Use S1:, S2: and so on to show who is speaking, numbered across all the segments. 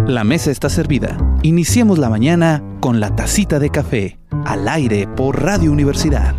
S1: La mesa está servida. Iniciemos la mañana con la tacita de café, al aire por Radio Universidad.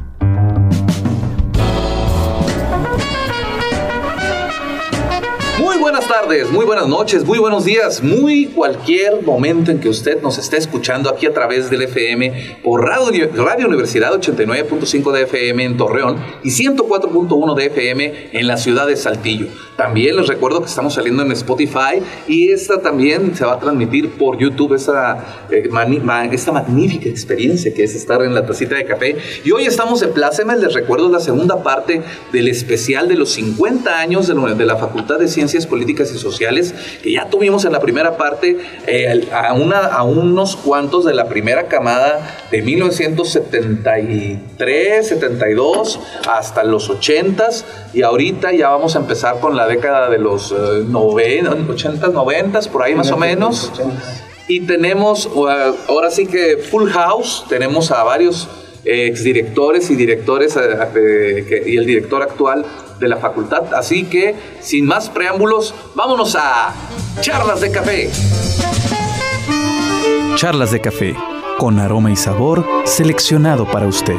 S2: Muy buenas tardes, muy buenas noches, muy buenos días, muy cualquier momento en que usted nos esté escuchando aquí a través del FM por Radio Universidad 89.5 de FM en Torreón y 104.1 de FM en la ciudad de Saltillo. También les recuerdo que estamos saliendo en Spotify y esta también se va a transmitir por YouTube, esta magnífica experiencia que es estar en la tacita de café. Y hoy estamos en Plácemes, les recuerdo la segunda parte del especial de los 50 años de la Facultad de Ciencias Políticas y Sociales, que ya tuvimos en la primera parte a unos cuantos de la primera camada de 1973, 72 hasta los 80s, y ahorita ya vamos a empezar con la década de los 80s, 90s, por ahí más o menos. Y tenemos, ahora sí que full house, tenemos a varios exdirectores y directores y el director actual de la facultad. Así que, sin más preámbulos, vámonos a Charlas de Café.
S1: Charlas de Café, con aroma y sabor seleccionado para usted.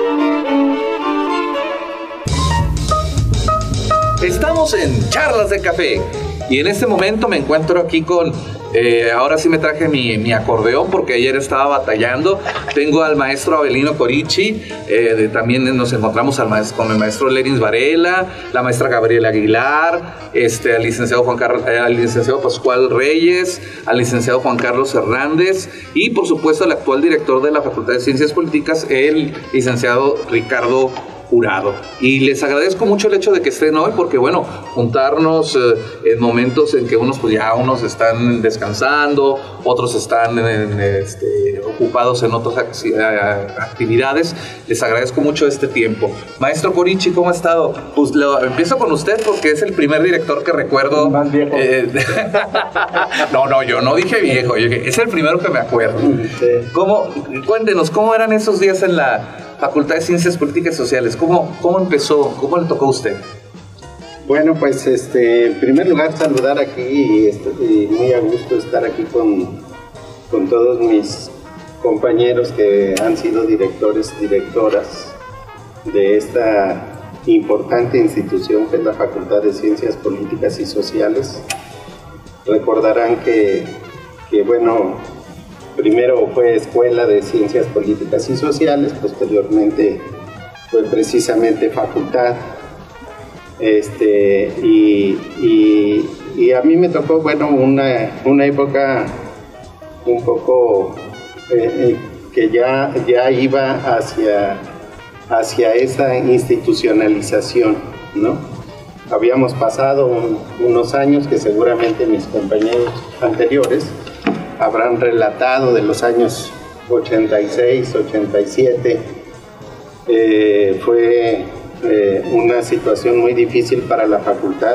S2: Estamos en Charlas de Café y en este momento me encuentro aquí con... ahora sí me traje mi acordeón porque ayer estaba batallando. Tengo al maestro Avelino Corichi, también nos encontramos con el maestro Lerins Varela, la maestra Gabriela Aguilar, al licenciado al licenciado Pascual Reyes, al licenciado Juan Carlos Hernández y por supuesto al actual director de la Facultad de Ciencias Políticas, el licenciado Ricardo Jurado. Y les agradezco mucho el hecho de que estén hoy porque, bueno, juntarnos en momentos en que unos están descansando, otros están ocupados en otras actividades. Les agradezco mucho este tiempo. Maestro Corichi, ¿cómo ha estado? Pues empiezo con usted porque es el primer director que recuerdo.
S3: Más viejo.
S2: No, yo no dije viejo, yo dije, es el primero que me acuerdo.
S3: Sí.
S2: Cuéntenos, ¿cómo eran esos días en la Facultad de Ciencias Políticas y Sociales? ¿Cómo empezó? ¿Cómo le tocó a usted?
S3: Bueno, pues en primer lugar saludar aquí y muy a gusto estar aquí con todos mis compañeros que han sido directores, directoras de esta importante institución que es la Facultad de Ciencias Políticas y Sociales. Recordarán que bueno, primero fue Escuela de Ciencias Políticas y Sociales, posteriormente fue precisamente facultad. Y a mí me tocó, bueno, una época un poco que ya iba hacia esa institucionalización, ¿no? Habíamos pasado unos años que seguramente mis compañeros anteriores habrán relatado de los años 86, 87. Fue una situación muy difícil para la facultad.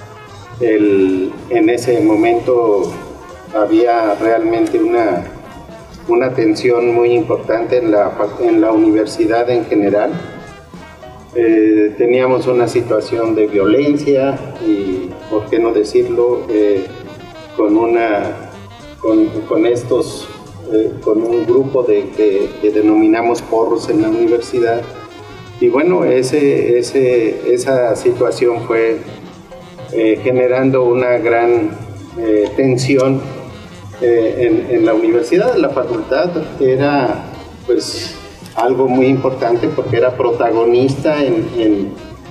S3: En ese momento había realmente una tensión muy importante en la universidad en general. Teníamos una situación de violencia y, por qué no decirlo, con un grupo que denominamos porros en la universidad. Y bueno, esa situación fue generando una gran tensión en la universidad. La facultad era pues algo muy importante porque era protagonista en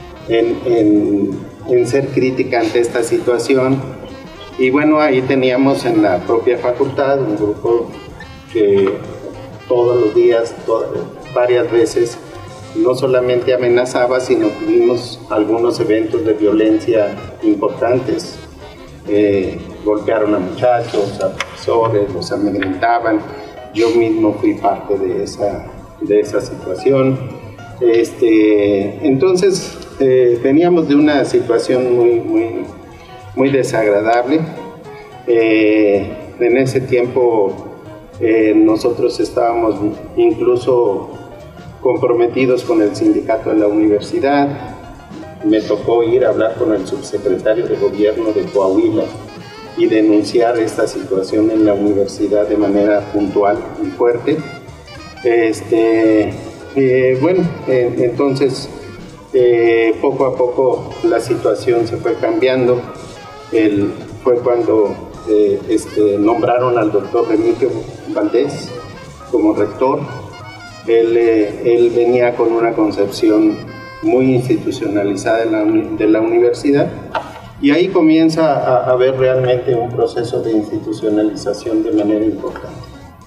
S3: ser crítica ante esta situación. Y bueno, ahí teníamos en la propia facultad un grupo que todos los días, varias veces, no solamente amenazaba, sino tuvimos algunos eventos de violencia importantes. Golpearon a muchachos, a profesores, los amedrentaban. Yo mismo fui parte de esa situación. Entonces, veníamos de una situación muy desagradable. En ese tiempo nosotros estábamos incluso comprometidos con el sindicato de la universidad. Me tocó ir a hablar con el subsecretario de gobierno de Coahuila y denunciar esta situación en la universidad de manera puntual y fuerte. Entonces poco a poco la situación se fue cambiando. Fue cuando nombraron al doctor Remigio Valdés como rector. Él venía con una concepción muy institucionalizada de la universidad, y ahí comienza a haber realmente un proceso de institucionalización de manera importante.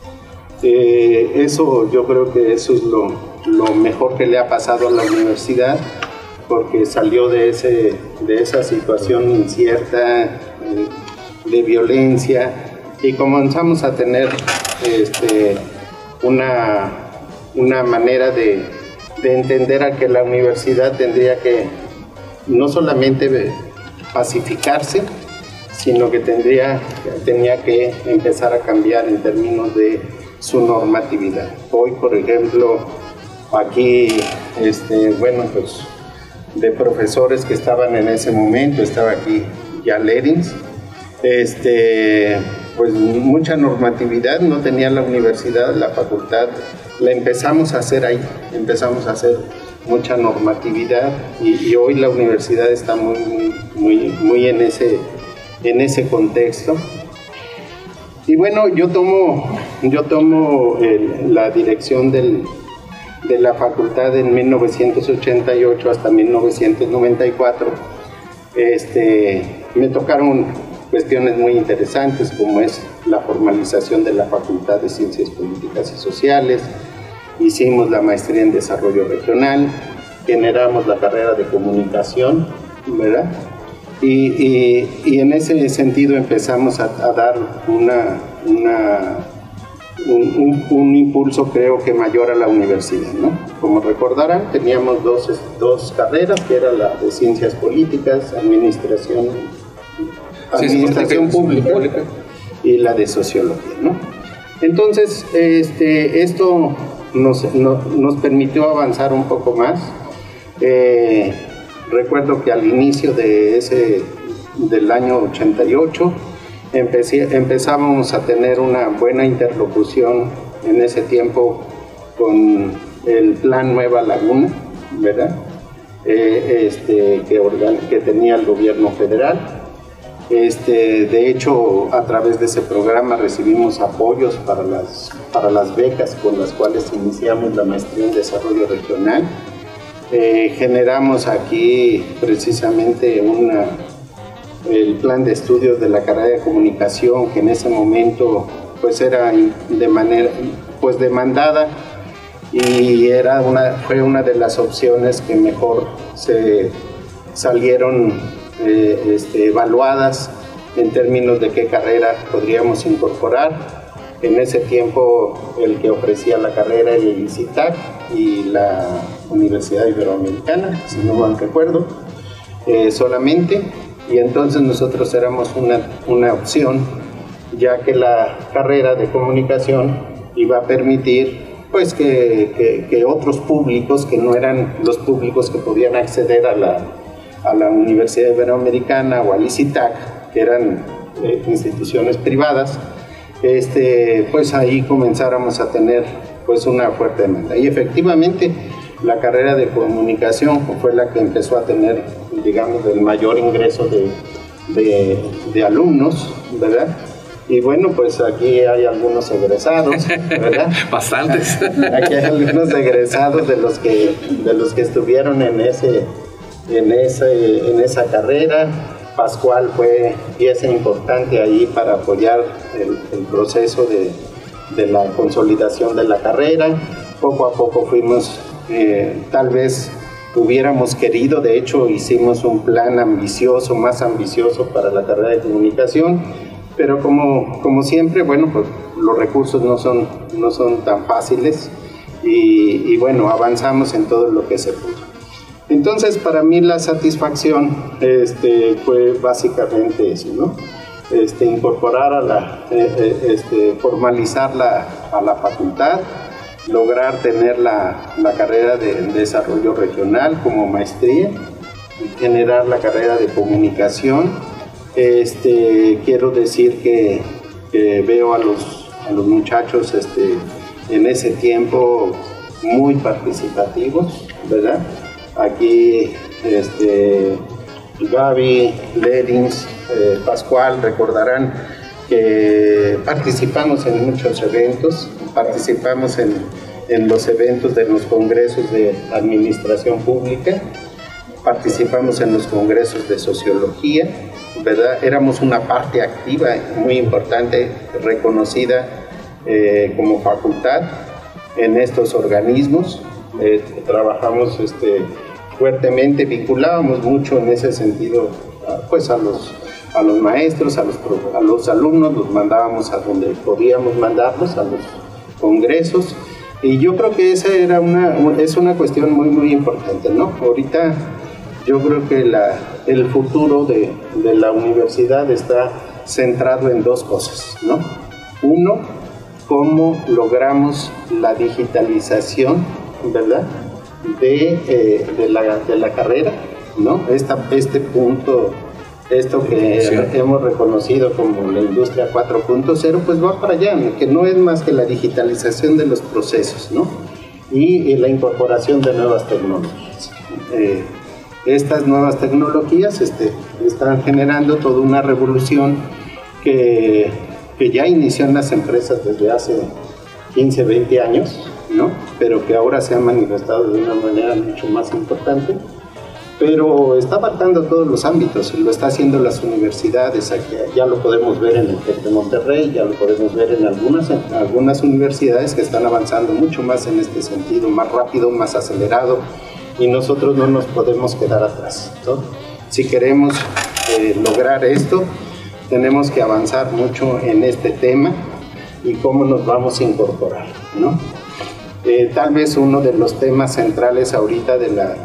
S3: Yo creo que eso es lo mejor que le ha pasado a la universidad, porque salió de esa situación incierta, de violencia, y comenzamos a tener una manera de entender a que la universidad tendría que no solamente pacificarse, sino que tenía que empezar a cambiar en términos de su normatividad. Hoy, por ejemplo, aquí, pues de profesores que estaban en ese momento, estaba aquí ya Lerins, pues mucha normatividad no tenía la universidad, la facultad. La empezamos a hacer ahí, empezamos a hacer mucha normatividad, y hoy la universidad está muy en ese contexto. Y bueno, yo tomo la dirección de la facultad en 1988 hasta 1994. Me tocaron cuestiones muy interesantes, como es la formalización de la Facultad de Ciencias Políticas y Sociales. Hicimos la maestría en Desarrollo Regional, generamos la carrera de Comunicación, ¿verdad? Y en ese sentido empezamos a dar un impulso, creo que mayor a la universidad, ¿no? Como recordarán, teníamos dos carreras, que era la de Ciencias Políticas, Administración Pública y la de Sociología, ¿no? Entonces, esto nos permitió avanzar un poco más. Recuerdo que al inicio del año 88 empezábamos a tener una buena interlocución en ese tiempo con el Plan Nueva Laguna, ¿verdad? Que tenía el gobierno federal. De hecho, a través de ese programa recibimos apoyos para las becas con las cuales iniciamos la maestría en Desarrollo Regional. Generamos aquí precisamente el plan de estudios de la carrera de Comunicación, que en ese momento pues era demandada, y fue una de las opciones que mejor se salieron evaluadas en términos de qué carrera podríamos incorporar. En ese tiempo el que ofrecía la carrera era el ICITAC y la Universidad Iberoamericana, si no mal recuerdo, solamente, y entonces nosotros éramos una opción, ya que la carrera de Comunicación iba a permitir pues que otros públicos, que no eran los públicos que podían acceder a la Universidad Iberoamericana o al ICITAC, que eran instituciones privadas, pues ahí comenzáramos a tener pues una fuerte demanda. Y efectivamente la carrera de Comunicación fue la que empezó a tener, digamos, el mayor ingreso de alumnos, ¿verdad? Y bueno, pues aquí hay algunos egresados, ¿verdad?
S2: Bastantes.
S3: Aquí hay algunos egresados de los que estuvieron en esa carrera. Pascual fue pieza importante ahí para apoyar el proceso de la consolidación de la carrera. Poco a poco fuimos, tal vez hubiéramos querido, de hecho hicimos un plan ambicioso, más ambicioso para la carrera de Comunicación, pero como siempre, bueno, pues los recursos no son tan fáciles, y bueno, avanzamos en todo lo que se pudo. Entonces, para mí la satisfacción fue básicamente eso, ¿no? Incorporar formalizar a la facultad, lograr tener la carrera de Desarrollo Regional como maestría, generar la carrera de Comunicación, Quiero decir que veo a los muchachos en ese tiempo muy participativos, ¿verdad? Aquí Gaby, Lerins, Pascual recordarán que participamos en muchos eventos, participamos en los eventos de los congresos de administración pública, participamos en los congresos de sociología, ¿verdad? Éramos una parte activa muy importante, reconocida como facultad en estos organismos. Trabajamos fuertemente, vinculábamos mucho en ese sentido pues a los maestros, a los alumnos, los mandábamos a donde podíamos mandarlos, a los congresos, y yo creo que esa es una cuestión muy muy importante, ¿no? Ahorita yo creo que el futuro de la universidad está centrado en dos cosas, ¿no? Uno, cómo logramos la digitalización, ¿verdad?, de la carrera, ¿no? Este punto, esto que sí, hemos reconocido como la industria 4.0, pues va para allá, que no es más que la digitalización de los procesos, ¿no? Y la incorporación de nuevas tecnologías. Estas nuevas tecnologías están generando toda una revolución que ya inició en las empresas desde hace 15, 20 años, ¿no? Pero que ahora se ha manifestado de una manera mucho más importante, pero está abarcando todos los ámbitos, lo está haciendo las universidades. Ya lo podemos ver en el TEC de Monterrey, ya lo podemos ver en algunas universidades que están avanzando mucho más en este sentido, más rápido, más acelerado, y nosotros no nos podemos quedar atrás, ¿no? Si queremos lograr esto, tenemos que avanzar mucho en este tema y cómo nos vamos a incorporar, ¿no? Tal vez uno de los temas centrales ahorita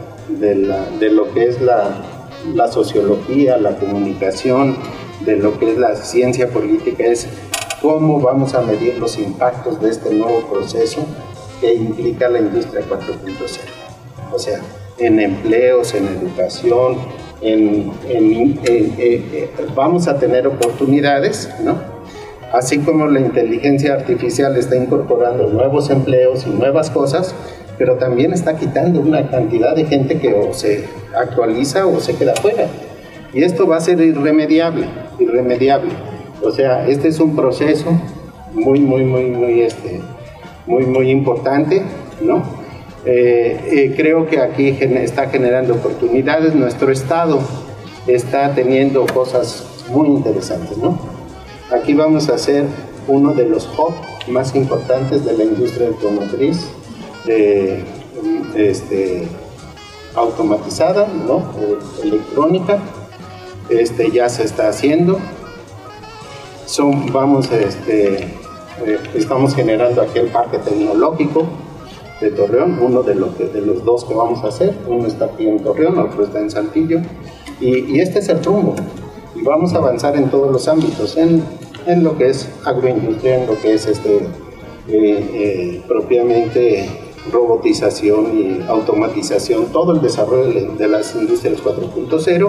S3: de lo que es la sociología, la comunicación, de lo que es la ciencia política, es cómo vamos a medir los impactos de este nuevo proceso que implica la industria 4.0. O sea, en empleos, en educación, vamos a tener oportunidades, ¿no? Así como la inteligencia artificial está incorporando nuevos empleos y nuevas cosas, pero también está quitando una cantidad de gente que o se actualiza o se queda fuera. Y esto va a ser irremediable. O sea, este es un proceso muy importante, ¿no? Creo que aquí está generando oportunidades. Nuestro estado está teniendo cosas muy interesantes, ¿no? Aquí vamos a ser uno de los hubs más importantes de la industria automotriz, automatizada, ¿no? Electrónica. Ya se está haciendo. Estamos generando aquí el parque tecnológico de Torreón, uno de los dos que vamos a hacer. Uno está aquí en Torreón, otro está en Saltillo, y este es el rumbo, y vamos a avanzar en todos los ámbitos, en lo que es agroindustria, en lo que es propiamente robotización y automatización, todo el desarrollo de las industrias 4.0.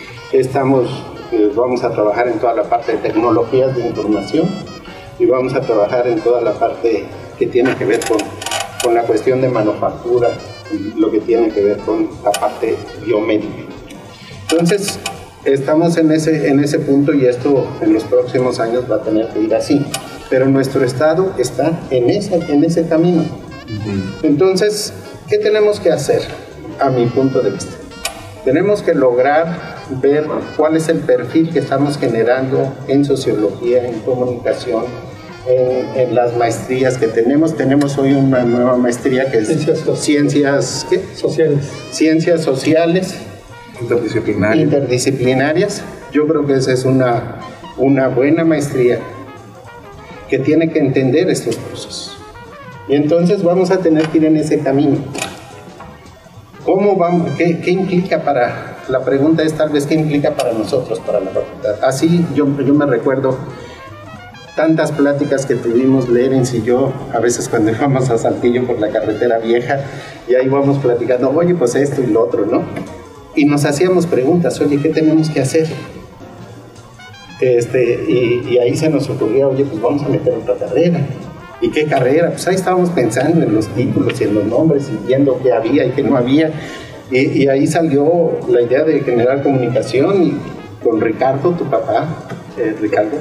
S3: Vamos a trabajar en toda la parte de tecnologías de información, y vamos a trabajar en toda la parte que tiene que ver con la cuestión de manufactura y lo que tiene que ver con la parte biomédica. Entonces, estamos en ese punto, y esto en los próximos años va a tener que ir así. Pero nuestro estado está en ese camino. Entonces, ¿qué tenemos que hacer? A mi punto de vista, tenemos que lograr ver cuál es el perfil que estamos generando en sociología, en comunicación, en las maestrías que tenemos. Tenemos hoy una nueva maestría que es ciencias sociales interdisciplinarias. Yo creo que esa es una buena maestría que tiene que entender estos procesos, y entonces vamos a tener que ir en ese camino. ¿Cómo vamos? ¿Qué implica para? La pregunta es tal vez ¿qué implica para nosotros, para la facultad? Así yo me recuerdo tantas pláticas que tuvimos Lerins y yo, a veces cuando íbamos a Saltillo por la carretera vieja, y ahí íbamos platicando, oye, pues esto y lo otro, ¿no? Y nos hacíamos preguntas, oye, ¿qué tenemos que hacer? Y ahí se nos ocurría, oye, pues vamos a meter otra carrera. ¿Y qué carrera? Pues ahí estábamos pensando en los títulos y en los nombres y viendo qué había y qué no había. Y ahí salió la idea de generar comunicación y con Ricardo, tu papá, Ricardo,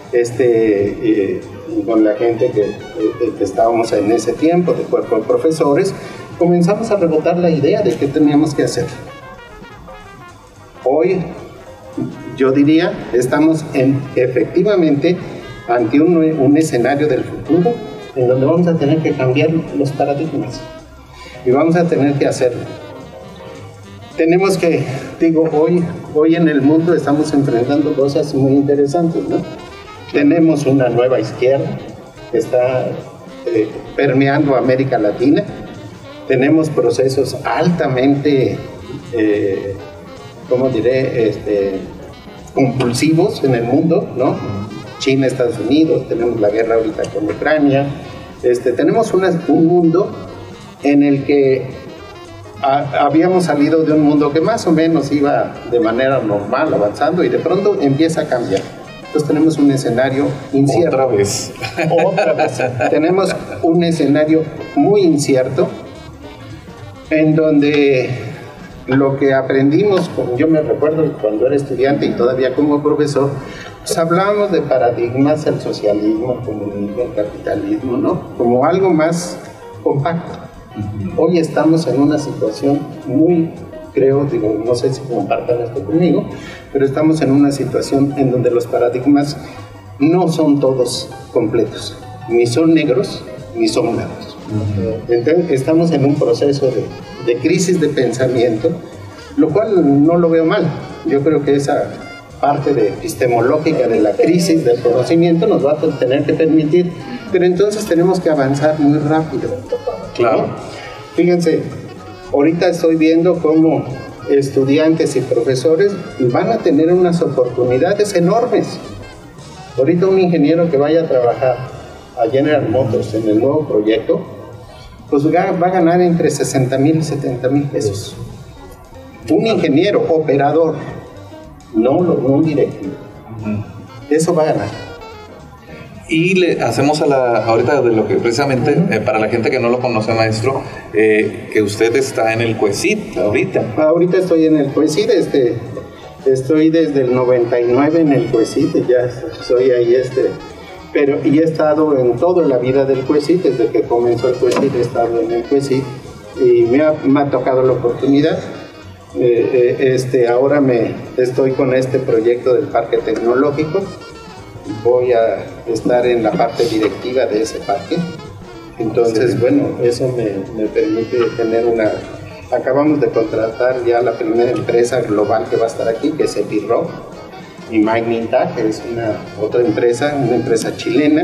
S3: con la gente que estábamos en ese tiempo, de cuerpo de profesores, comenzamos a rebotar la idea de qué teníamos que hacer. Hoy, yo diría, estamos efectivamente ante un escenario del futuro en donde vamos a tener que cambiar los paradigmas y vamos a tener que hacerlo. Tenemos que, hoy en el mundo estamos enfrentando cosas muy interesantes, ¿no? Tenemos una nueva izquierda que está permeando América Latina. Tenemos procesos altamente, compulsivos en el mundo, ¿no? China, Estados Unidos, tenemos la guerra ahorita con Ucrania. Tenemos un mundo en el que habíamos salido de un mundo que más o menos iba de manera normal, avanzando, y de pronto empieza a cambiar. Entonces tenemos un escenario incierto.
S2: Otra vez.
S3: Tenemos un escenario muy incierto, en donde lo que aprendimos, yo me recuerdo cuando era estudiante y todavía como profesor, pues hablábamos de paradigmas, el socialismo, el comunismo, el capitalismo, ¿no? Como algo más compacto. Hoy estamos en una situación muy, no sé si compartan esto conmigo, pero estamos en una situación en donde los paradigmas no son todos completos, ni son negros, ni son blancos. Entonces, estamos en un proceso de crisis de pensamiento, lo cual no lo veo mal. Yo creo que esa parte epistemológica de la crisis del conocimiento nos va a tener que permitir, pero entonces tenemos que avanzar muy rápido.
S2: Claro.
S3: Fíjense, ahorita estoy viendo cómo estudiantes y profesores van a tener unas oportunidades enormes. Ahorita un ingeniero que vaya a trabajar a General Motors en el nuevo proyecto, pues va a ganar entre 60,000 y 70,000 pesos. Un ingeniero, operador, no un directivo. Eso va a ganar.
S2: Y le hacemos ahorita de lo que precisamente, para la gente que no lo conoce, maestro, que usted está en el CUECIT ahorita.
S3: Ahorita estoy en el CUECIT, estoy desde el 99 en el CUECIT, ya soy ahí, y he estado en toda la vida del CUECIT, desde que comenzó el CUECIT he estado en el CUECIT, y me ha tocado la oportunidad. Ahora estoy con este proyecto del Parque Tecnológico. Voy a estar en la parte directiva de ese parque. Entonces, sí. Bueno, eso me permite tener acabamos de contratar ya la primera empresa global que va a estar aquí, que es Epiroc, y Mining Tag, que es otra empresa, una empresa chilena.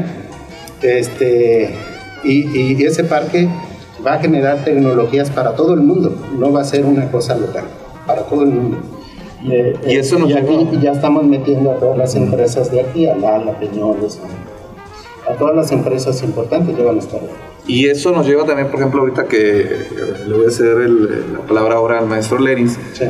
S3: Y ese parque va a generar tecnologías para todo el mundo, no va a ser una cosa local, para todo el mundo.
S2: Y eso nos
S3: aquí ya estamos metiendo a todas las empresas de aquí, a Lala, Peñoles, a todas las empresas importantes llevan a estar aquí.
S2: Y eso nos lleva también, por ejemplo, ahorita que le voy a ceder la palabra ahora al maestro Lerins, sí.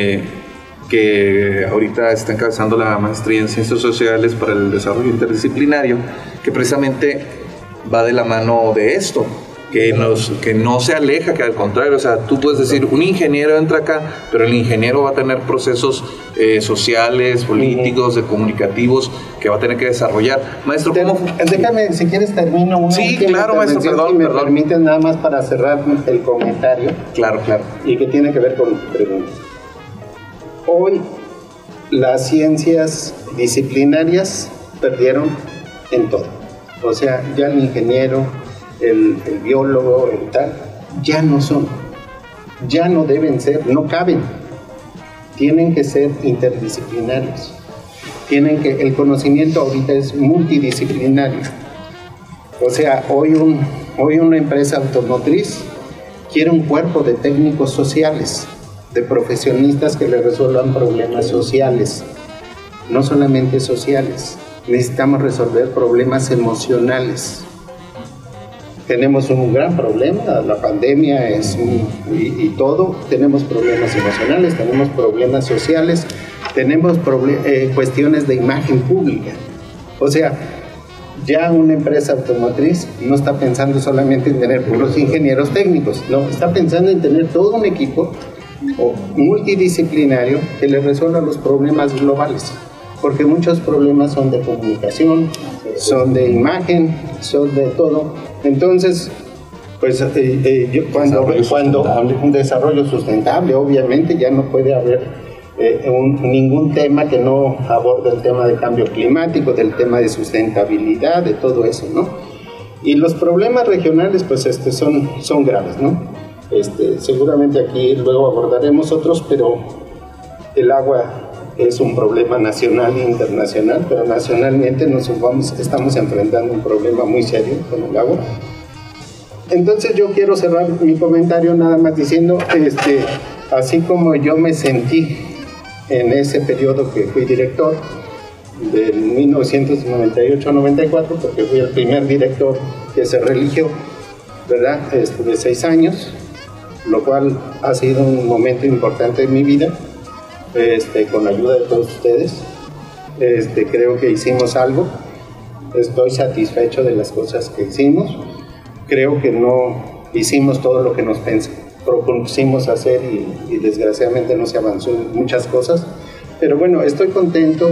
S2: Que ahorita está encabezando la maestría en Ciencias Sociales para el Desarrollo Interdisciplinario, que precisamente va de la mano de esto. Que no se aleja, que al contrario, o sea, tú puedes decir, un ingeniero entra acá, pero el ingeniero va a tener procesos sociales, políticos, comunicativos, que va a tener que desarrollar. Maestro, ¿cómo?
S3: Déjame, si quieres termino una
S2: Sí, claro, maestro, perdón.
S3: Si me permiten nada más para cerrar el comentario.
S2: Claro.
S3: Y que tiene que ver con tu pregunta. Hoy, las ciencias disciplinarias perdieron en todo. O sea, ya el ingeniero, el biólogo, ya no deben ser, no caben, tienen que ser interdisciplinarios, el conocimiento ahorita es multidisciplinario. O sea, hoy una empresa automotriz quiere un cuerpo de técnicos sociales, de profesionistas que le resuelvan problemas sociales, no solamente sociales, necesitamos resolver problemas emocionales. Tenemos un gran problema, la pandemia y todo, tenemos problemas emocionales, tenemos problemas sociales, tenemos cuestiones de imagen pública. O sea, ya una empresa automotriz no está pensando solamente en tener puros ingenieros técnicos, no, está pensando en tener todo un equipo multidisciplinario que le resuelva los problemas globales, porque muchos problemas son de comunicación, son de imagen, son de todo. Entonces, pues cuando un desarrollo sustentable, obviamente ya no puede haber ningún tema que no aborde el tema de cambio climático, del tema de sustentabilidad, de todo eso, ¿no? Y los problemas regionales, pues son graves, ¿no? Seguramente aquí luego abordaremos otros, pero el agua es un problema nacional e internacional, pero nacionalmente estamos enfrentando un problema muy serio con el agua. Entonces yo quiero cerrar mi comentario nada más diciendo, así como yo me sentí en ese periodo que fui director, de 1998-94, porque fui el primer director que se religió, ¿verdad? De 6 años, lo cual ha sido un momento importante en mi vida, con la ayuda de todos ustedes. Creo que hicimos algo, estoy satisfecho de las cosas que hicimos. Creo que no hicimos todo lo que nos propusimos hacer y desgraciadamente no se avanzó en muchas cosas, pero bueno, estoy contento,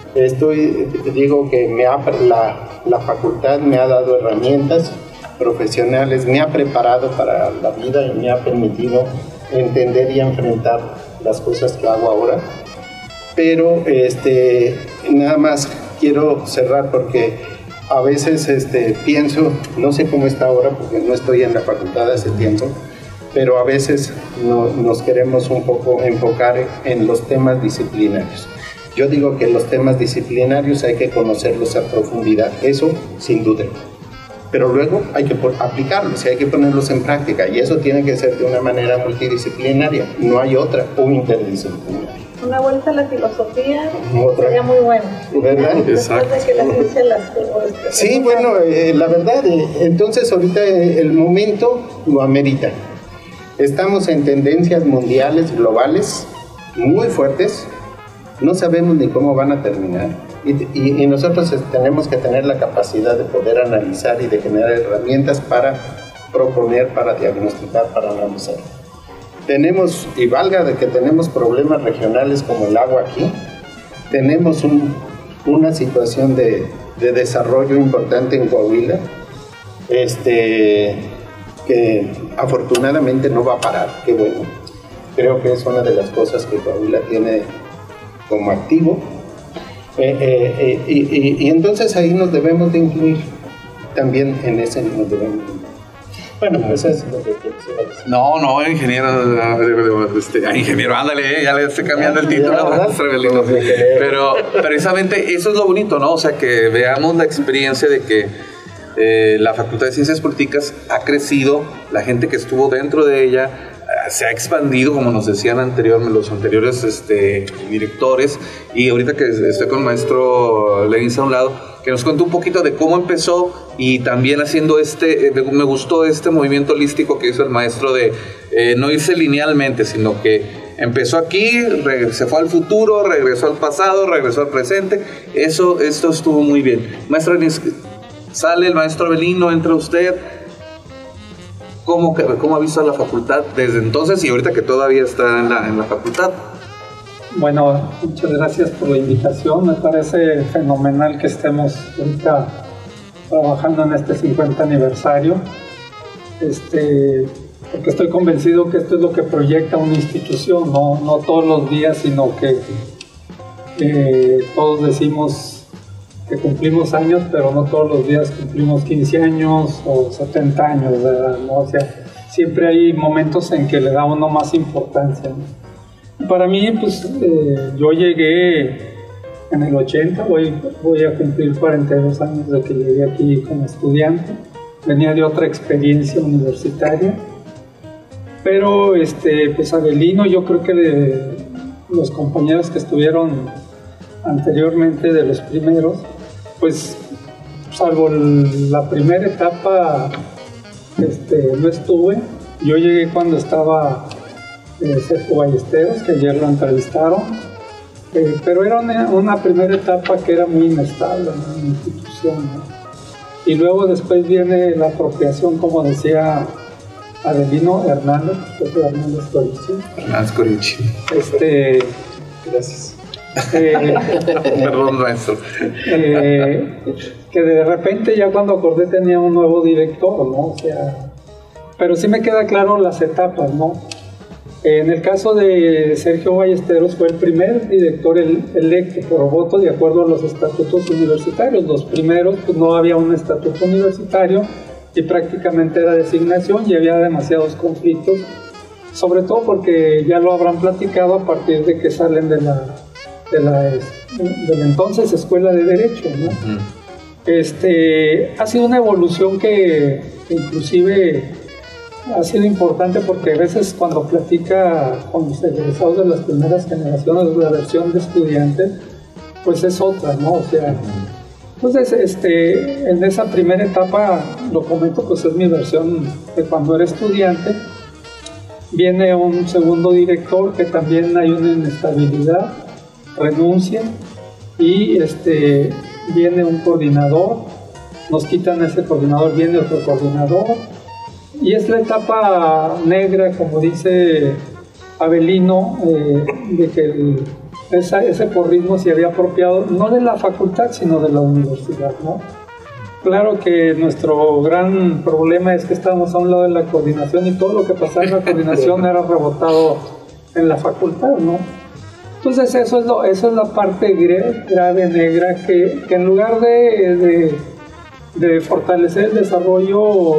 S3: digo que la facultad me ha dado herramientas profesionales, me ha preparado para la vida y me ha permitido entender y enfrentar las cosas que hago ahora, pero nada más quiero cerrar porque a veces pienso, no sé cómo está ahora porque no estoy en la facultad hace tiempo, pero a veces nos queremos un poco enfocar en los temas disciplinarios. Yo digo que los temas disciplinarios hay que conocerlos a profundidad, eso sin duda. Pero luego hay que aplicarlos y hay que ponerlos en práctica, y eso tiene que ser de una manera multidisciplinaria, no hay otra, o interdisciplinaria.
S4: Una vuelta a la filosofía sería muy bueno,
S3: ¿verdad?
S4: Después de que la ciencia las...
S3: Sí, bueno, la verdad, entonces ahorita el momento lo amerita. Estamos en tendencias mundiales, globales, muy fuertes, no sabemos ni cómo van a terminar, y nosotros tenemos que tener la capacidad de poder analizar y de generar herramientas para proponer, para diagnosticar, para analizar. Tenemos, y valga de que tenemos problemas regionales como el agua aquí, tenemos una situación de desarrollo importante en Coahuila, que afortunadamente no va a parar, qué bueno. Creo que es una de las cosas que Coahuila tiene como activo, y entonces ahí nos debemos de incluir, también en ese nos debemos de incluir. Bueno, pues eso es lo que quiero decir.
S2: No, ingeniero, ándale, ya le estoy cambiando el título, maestro Avelino. Pero precisamente eso es lo bonito, ¿no? O sea, que veamos la experiencia de que la Facultad de Ciencias Políticas ha crecido, la gente que estuvo dentro de ella se ha expandido, como nos decían los anteriores directores, y ahorita que estoy con el maestro Lenis a un lado, que nos cuente un poquito de cómo empezó, y también haciendo me gustó este movimiento holístico que hizo el maestro de no irse linealmente, sino que empezó aquí, se fue al futuro, regresó al pasado, regresó al presente. Esto estuvo muy bien. Maestro Lenis, sale el maestro Avelino, entra usted. ¿Cómo ha visto a la facultad desde entonces y ahorita que todavía está en la facultad?
S5: Bueno, muchas gracias por la invitación. Me parece fenomenal que estemos ahorita trabajando en este 50 aniversario, porque estoy convencido que esto es lo que proyecta una institución, no todos los días, sino que todos decimos que cumplimos años, pero no todos los días cumplimos 15 años o 70 años, ¿verdad? ¿No? O sea, siempre hay momentos en que le da uno más importancia, ¿no? Para mí, pues, yo llegué en el 80, voy a cumplir 42 años de que llegué aquí como estudiante. Venía de otra experiencia universitaria, pero, pues, Avelino, yo creo que de los compañeros que estuvieron anteriormente, de los primeros, pues, salvo la primera etapa, no estuve. Yo llegué cuando estaba Sergio Ballesteros, que ayer lo entrevistaron. Pero era una primera etapa que era muy inestable en la institución, ¿no? Y luego después viene la apropiación, como decía Avelino Hernández, Hernández Corichi.
S2: Hernández Corichi.
S3: Gracias.
S2: Perdón, maestro.
S5: Que de repente ya cuando acordé tenía un nuevo director, ¿no? O sea, pero sí me queda claro las etapas, ¿no? En el caso de Sergio Ballesteros fue el primer director electo por voto de acuerdo a los estatutos universitarios. Los primeros pues no había un estatuto universitario y prácticamente era designación y había demasiados conflictos, sobre todo porque ya lo habrán platicado a partir de que salen de la entonces Escuela de Derecho, ¿no? Ha sido una evolución que inclusive ha sido importante porque a veces cuando platica con los egresados de las primeras generaciones, la versión de estudiantes, pues es otra, ¿no? O sea, entonces, en esa primera etapa, lo comento, pues es mi versión de cuando era estudiante. Viene un segundo director que también hay una inestabilidad, renuncia, y viene un coordinador, nos quitan ese coordinador, viene otro coordinador, y es la etapa negra, como dice Avelino, de que ese porrismo se había apropiado, no de la facultad, sino de la universidad, ¿no? Claro que nuestro gran problema es que estábamos a un lado de la coordinación y todo lo que pasaba en la coordinación era rebotado en la facultad, ¿no? Entonces eso es la parte grave, negra, que en lugar de fortalecer el desarrollo,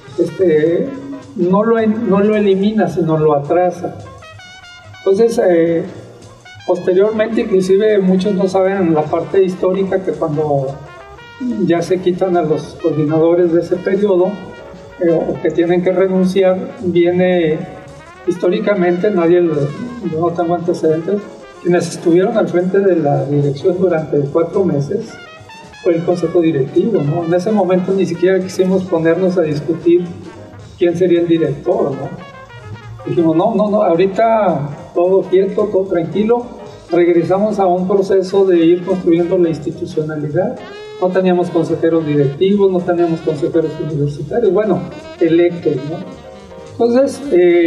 S5: no lo elimina, sino lo atrasa. Entonces, posteriormente, inclusive muchos no saben la parte histórica, que cuando ya se quitan a los coordinadores de ese periodo, o que tienen que renunciar, viene históricamente, yo no tengo antecedentes, quienes estuvieron al frente de la dirección durante 4 meses fue el consejo directivo, ¿no? En ese momento ni siquiera quisimos ponernos a discutir quién sería el director, ¿no? Dijimos, no, ahorita todo quieto, todo tranquilo, regresamos a un proceso de ir construyendo la institucionalidad. No teníamos consejeros directivos, no teníamos consejeros universitarios, bueno, electos, ¿no? Entonces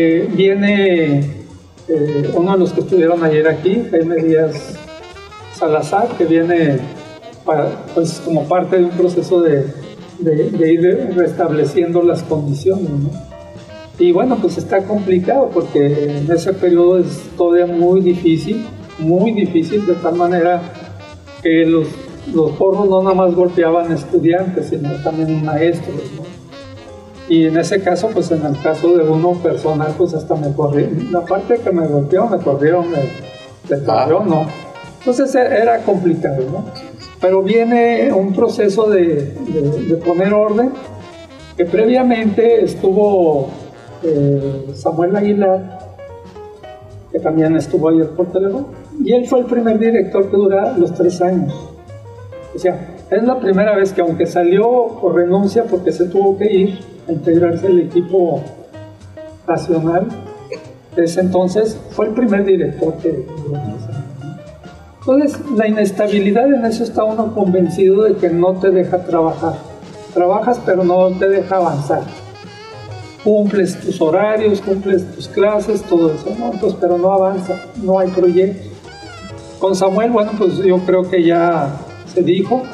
S5: viene uno de los que estuvieron ayer aquí, Jaime Díaz Salazar, que viene pues como parte de un proceso de ir restableciendo las condiciones, ¿no? Y bueno, pues está complicado porque en ese periodo es todavía muy difícil, de tal manera que los porros no nada más golpeaban estudiantes, sino también maestros, ¿no? Y en ese caso, pues en el caso de uno personal, pues hasta me corrieron. La parte que me golpearon, me corrieron de Torreón, ¿no? Entonces era complicado, ¿no? Pero viene un proceso de poner orden, que previamente estuvo Samuel Aguilar, que también estuvo ayer por teléfono, y él fue el primer director que dura los 3 años. O sea, es la primera vez que, aunque salió por renuncia porque se tuvo que ir a integrarse al equipo nacional, desde entonces fue el primer director que duró 3 años. Entonces, la inestabilidad en eso está uno convencido de que no te deja trabajar. Trabajas, pero no te deja avanzar. Cumples tus horarios, cumples tus clases, todo eso, ¿no? Entonces, pero no avanza, no hay proyectos. Con Samuel, bueno, pues yo creo que ya se dijo,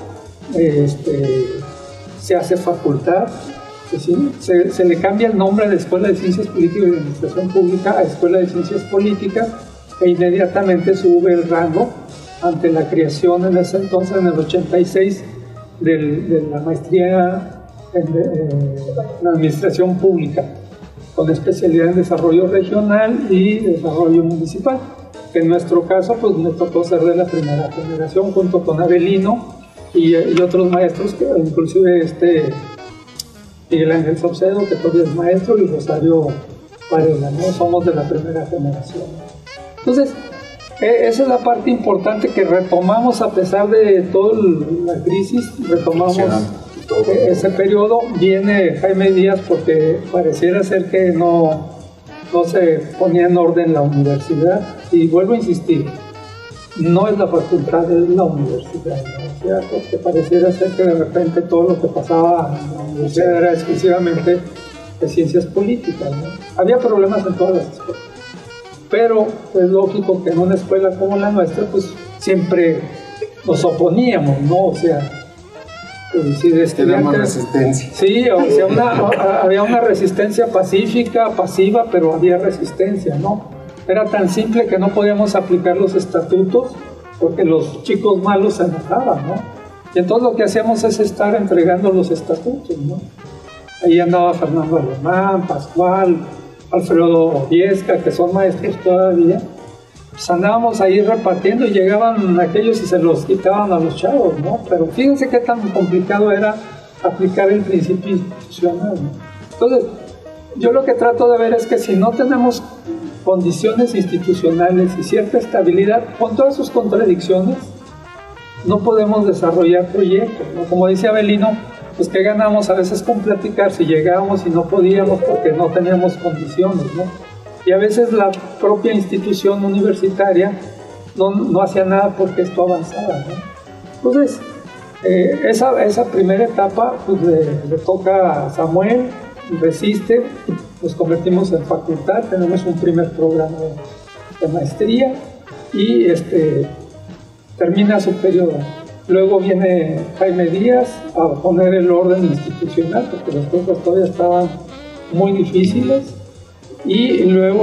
S5: se hace facultad, ¿sí? Se le cambia el nombre de Escuela de Ciencias Políticas y Administración Pública a Escuela de Ciencias Políticas, e inmediatamente sube el rango ante la creación en ese entonces, en el 86, de la maestría en Administración Pública, con especialidad en Desarrollo Regional y Desarrollo Municipal. En nuestro caso, pues me tocó ser de la primera generación, junto con Avelino y otros maestros, que inclusive Miguel Ángel Saucedo, que todavía es maestro, y Rosario Varela, ¿no? Somos de la primera generación. Entonces, esa es la parte importante que retomamos a pesar de toda la crisis, retomamos ese periodo. Viene Jaime Díaz porque pareciera ser que no se ponía en orden la universidad, y vuelvo a insistir, no es la facultad, es la universidad, ¿no? O sea, porque pareciera ser que de repente todo lo que pasaba en la universidad era exclusivamente de ciencias políticas, ¿no? Había problemas en todas las escuelas, pero es lógico que en una escuela como la nuestra, pues siempre nos oponíamos, ¿no? O sea, si de estudiantes,
S3: resistencia.
S5: sí, o sea, había una resistencia pacífica, pasiva, pero había resistencia, ¿no? Era tan simple que no podíamos aplicar los estatutos porque los chicos malos se enojaban, ¿no? Y entonces lo que hacíamos es estar entregando los estatutos, ¿no? Ahí andaba Fernando Alemán, Pascual, Alfredo Viesca, que son maestros todavía. Pues andábamos ahí repartiendo y llegaban aquellos y se los quitaban a los chavos, ¿no? Pero fíjense qué tan complicado era aplicar el principio institucional, ¿no? Entonces, yo lo que trato de ver es que si no tenemos condiciones institucionales y cierta estabilidad, con todas sus contradicciones, no podemos desarrollar proyectos, ¿no? Como dice Avelino, pues que ganamos a veces con platicar si llegábamos y no podíamos porque no teníamos condiciones, ¿no? Y a veces la propia institución universitaria no hacía nada porque esto avanzaba, ¿no? Entonces, esa primera etapa pues le toca a Samuel, resiste, nos convertimos en facultad, tenemos un primer programa de maestría y termina su periodo. Luego viene Jaime Díaz a poner el orden institucional porque las cosas todavía estaban muy difíciles. Y luego,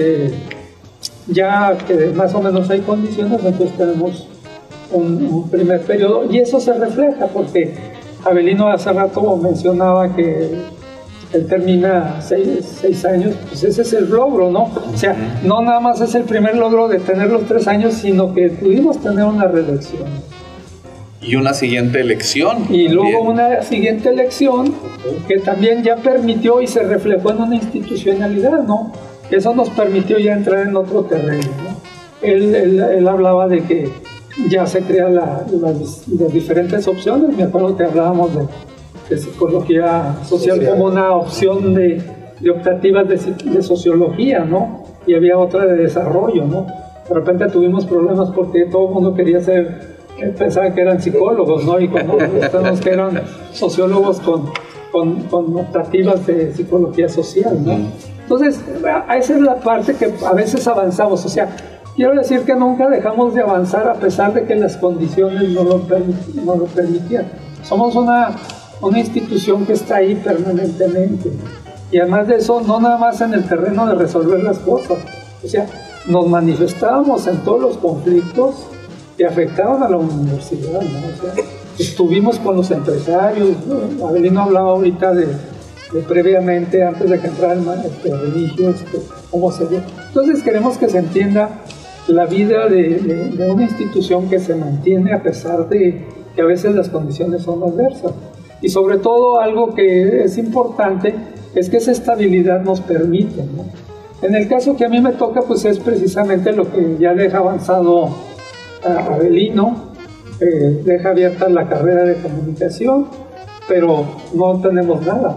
S5: ya que más o menos hay condiciones, entonces tenemos un primer periodo. Y eso se refleja porque Avelino hace rato mencionaba que él termina 6 años, pues ese es el logro, ¿no? O sea, no nada más es el primer logro de tener los 3 años, sino que pudimos tener una reelección.
S2: Y una siguiente elección.
S5: Y luego
S2: también.
S5: una siguiente elección que también ya permitió y se reflejó en una institucionalidad, ¿no? Eso nos permitió ya entrar en otro terreno, ¿no? Él hablaba de que ya se crean las diferentes opciones. Me acuerdo que hablábamos de psicología social como una opción de optativas de sociología, ¿no? Y había otra de desarrollo, ¿no? De repente tuvimos problemas porque todo el mundo quería pensaban que eran psicólogos, ¿no? Y cuando pensamos que eran sociólogos con optativas de psicología social, ¿no? Entonces, esa es la parte que a veces avanzamos. O sea, quiero decir que nunca dejamos de avanzar a pesar de que las condiciones no lo permitían. Somos una institución que está ahí permanentemente. Y además de eso, no nada más en el terreno de resolver las cosas. O sea, nos manifestábamos en todos los conflictos que afectaban a la universidad, ¿no? O sea, estuvimos con los empresarios, ¿no? Avelino hablaba ahorita de previamente, antes de que entrara el religio, cómo se ve. Entonces queremos que se entienda la vida de una institución que se mantiene a pesar de que a veces las condiciones son adversas. Y sobre todo algo que es importante es que esa estabilidad nos permite, ¿no? En el caso que a mí me toca, pues es precisamente lo que ya deja avanzado Avelino, deja abierta la carrera de comunicación, pero no tenemos nada.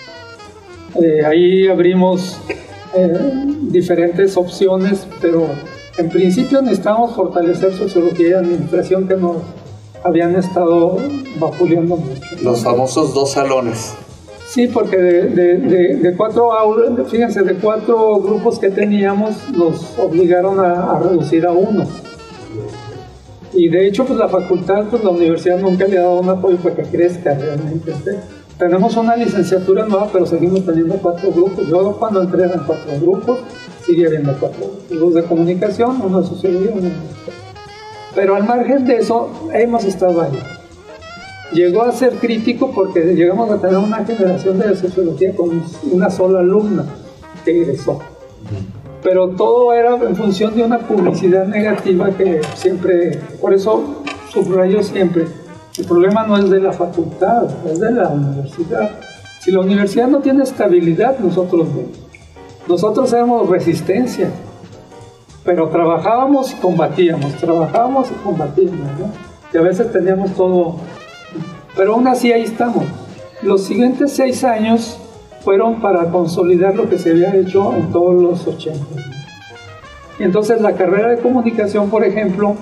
S5: Ahí abrimos diferentes opciones, pero en principio necesitamos fortalecer sociología y administración que nos habían estado vapuleando mucho.
S2: Los famosos 2 salones.
S5: Sí, porque de 4 aulas, fíjense, de 4 grupos que teníamos, nos obligaron a reducir a 1. Y de hecho, pues la facultad, pues la universidad nunca le ha dado un apoyo para que crezca realmente. Tenemos una licenciatura nueva, pero seguimos teniendo 4 grupos. Yo cuando entré eran 4 grupos, sigue habiendo 4 grupos. 2 de comunicación, 1 de sociología, 1 de... Pero al margen de eso, hemos estado ahí. Llegó a ser crítico porque llegamos a tener una generación de sociología con una sola alumna que egresó. Pero todo era en función de una publicidad negativa que siempre, por eso subrayo siempre, el problema no es de la facultad, es de la universidad. Si la universidad no tiene estabilidad, nosotros vemos. Nosotros éramos resistencia, pero trabajábamos y combatíamos, ¿no? Y a veces teníamos todo, pero aún así ahí estamos. Los siguientes 6 años fueron para consolidar lo que se había hecho en todos los 80. Y entonces la carrera de comunicación, por ejemplo,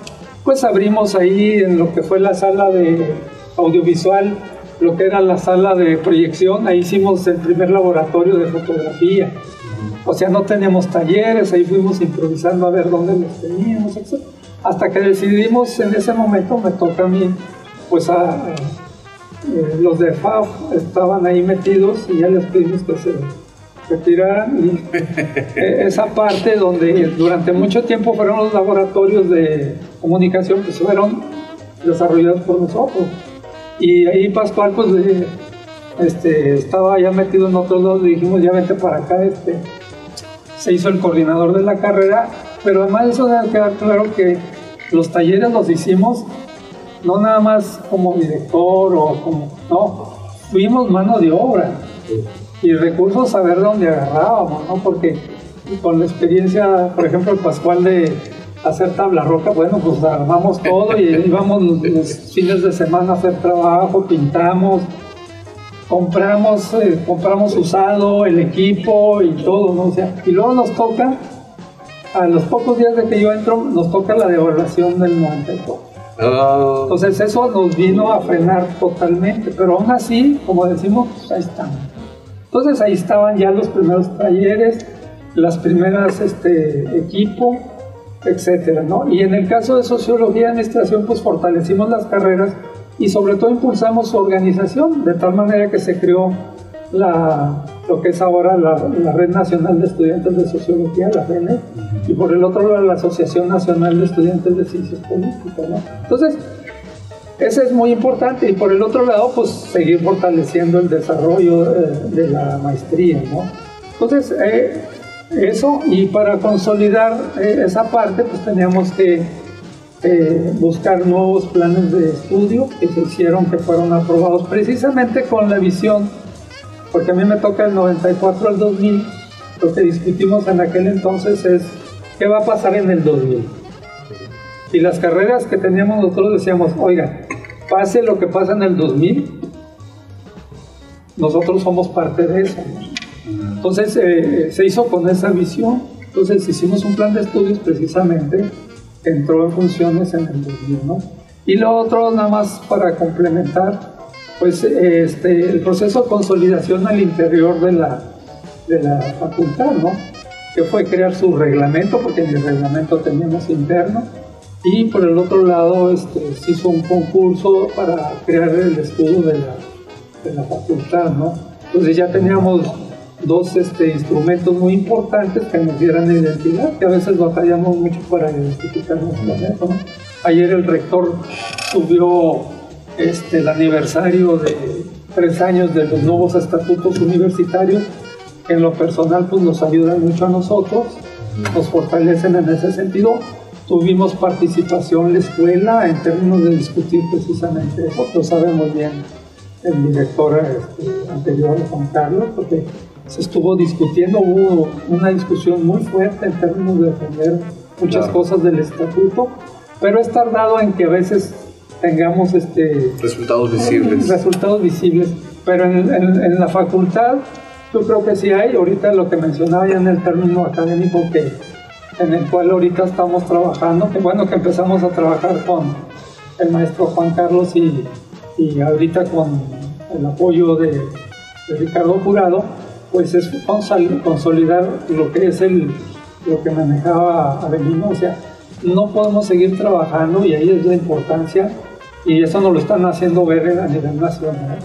S5: pues abrimos ahí en lo que fue la sala de audiovisual, lo que era la sala de proyección, ahí hicimos el primer laboratorio de fotografía. O sea, no teníamos talleres, ahí fuimos improvisando a ver dónde los teníamos, etc. Hasta que decidimos, en ese momento me toca a mí, pues los de FAF estaban ahí metidos y ya les pedimos que se retiraran. Y esa parte donde durante mucho tiempo fueron los laboratorios de comunicación, pues fueron desarrollados por nosotros. Y ahí Pascual, pues, estaba ya metido en otros lados, le dijimos, ya vente para acá, se hizo el coordinador de la carrera, pero además de eso debe quedar claro que los talleres los hicimos no nada más como director o como, no, fuimos mano de obra y recursos a ver dónde agarrábamos, ¿no? Porque con la experiencia, por ejemplo, el Pascual de hacer tabla roca, bueno, pues armamos todo y íbamos los fines de semana a hacer trabajo, pintamos, compramos usado, el equipo y todo, ¿no? O sea, y luego nos toca, a los pocos días de que yo entro, nos toca la devaluación del 94. Entonces eso nos vino a frenar totalmente, pero aún así, como decimos, pues ahí estamos. Entonces ahí estaban ya los primeros talleres, las primeras equipo, etcétera, ¿no? Y en el caso de sociología y administración, pues fortalecimos las carreras y sobre todo impulsamos su organización, de tal manera que se creó lo que es ahora la Red Nacional de Estudiantes de Sociología, la RENE, y por el otro lado la Asociación Nacional de Estudiantes de Ciencias Políticas, ¿no? Entonces, ese es muy importante, y por el otro lado, pues seguir fortaleciendo el desarrollo de la maestría, ¿no? Entonces, eso, y para consolidar esa parte, pues teníamos que buscar nuevos planes de estudio que se hicieron, que fueron aprobados precisamente con la visión, porque a mí me toca el 94 al 2000, lo que discutimos en aquel entonces es qué va a pasar en el 2000. Y las carreras que teníamos nosotros decíamos, oiga, pase lo que pasa en el 2000, nosotros somos parte de eso, ¿no? Entonces se hizo con esa visión. Entonces hicimos un plan de estudios precisamente, entró en funciones en el 2000, ¿no? Y lo otro, nada más para complementar, pues el proceso de consolidación al interior de la facultad, ¿no? Que fue crear su reglamento, porque en el reglamento teníamos interno, y por el otro lado se hizo un concurso para crear el escudo de la facultad, ¿no? Entonces ya teníamos dos instrumentos muy importantes que nos dieran identidad, que a veces batallamos mucho para identificarnos con eso, ¿no? Ayer el rector subió el aniversario de 3 años de los nuevos estatutos universitarios, que en lo personal pues nos ayudan mucho a nosotros, nos fortalecen en ese sentido. Tuvimos participación en la escuela en términos de discutir precisamente eso, lo sabemos bien el director anterior, Juan Carlos, porque se estuvo discutiendo, hubo una discusión muy fuerte en términos de defender muchas cosas del estatuto, pero es tardado en que a veces tengamos
S2: resultados visibles,
S5: pero en la facultad yo creo que sí hay. Ahorita lo que mencionaba ya en el término académico en el cual ahorita estamos trabajando, que bueno que empezamos a trabajar con el maestro Juan Carlos y ahorita con el apoyo de Ricardo Jurado, pues es consolidar lo que es lo que manejaba Avelino. O sea, no podemos seguir trabajando, y ahí es la importancia, y eso nos lo están haciendo ver a nivel nacional.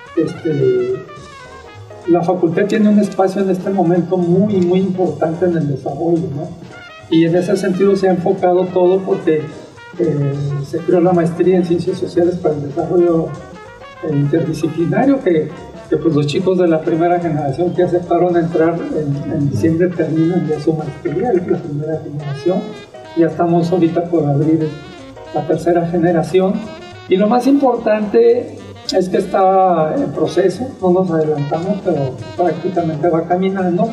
S5: La facultad tiene un espacio en este momento muy, muy importante en el desarrollo, ¿no? Y en ese sentido se ha enfocado todo, porque se creó la maestría en Ciencias Sociales para el Desarrollo Interdisciplinario, que pues los chicos de la primera generación que aceptaron entrar en diciembre terminan ya su maestría, es la primera generación. Ya estamos ahorita por abrir la tercera generación. Y lo más importante es que está en proceso, no nos adelantamos, pero prácticamente va caminando.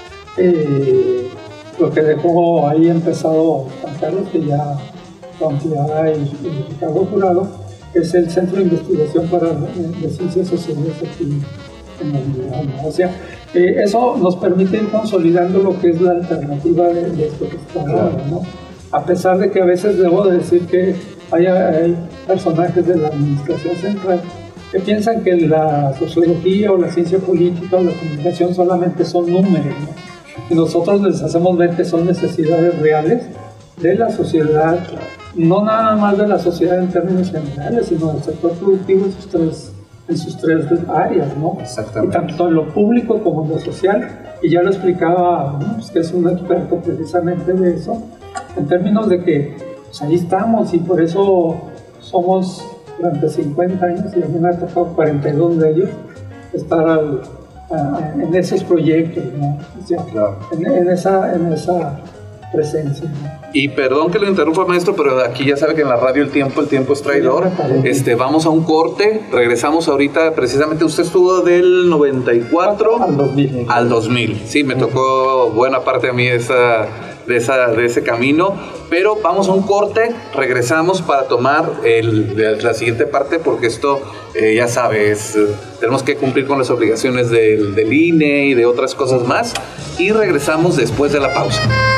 S5: Lo que dejó ahí empezado Juan Carlos, que ya lo ampliará y Ricardo Jurado, es el Centro de Investigación de Ciencias Sociales aquí en la unidad, ¿no? O sea, eso nos permite ir consolidando lo que es la alternativa de esto que está ahora, ¿no? a pesar de que a veces debo de decir que hay personajes de la administración central que piensan que la sociología o la ciencia política o la comunicación solamente son números, ¿no? Y nosotros les hacemos ver que son necesidades reales de la sociedad, no nada más de la sociedad en términos generales, sino del sector productivo en sus tres áreas, ¿no?
S2: Exactamente.
S5: Y tanto en lo público como en lo social. Y ya lo explicaba, ¿no? Pues que es un experto precisamente de eso, en términos de que pues ahí estamos y por eso somos durante 50 años, y a mí me ha tocado 42 de ellos, estar en esos proyectos, ¿no? O sea,
S2: Claro.
S5: en esa presencia, ¿no?
S2: Y perdón que lo interrumpa, maestro, pero aquí ya sabe que en la radio el tiempo es traidor. Vamos a un corte, regresamos ahorita. Precisamente usted estuvo del 94
S5: al 2000.
S2: Al 2000. Sí, me tocó buena parte a mí de ese camino. Pero vamos a un corte, regresamos para tomar la siguiente parte, porque esto, ya sabes, tenemos que cumplir con las obligaciones del INE y de otras cosas más. Y regresamos después de la pausa.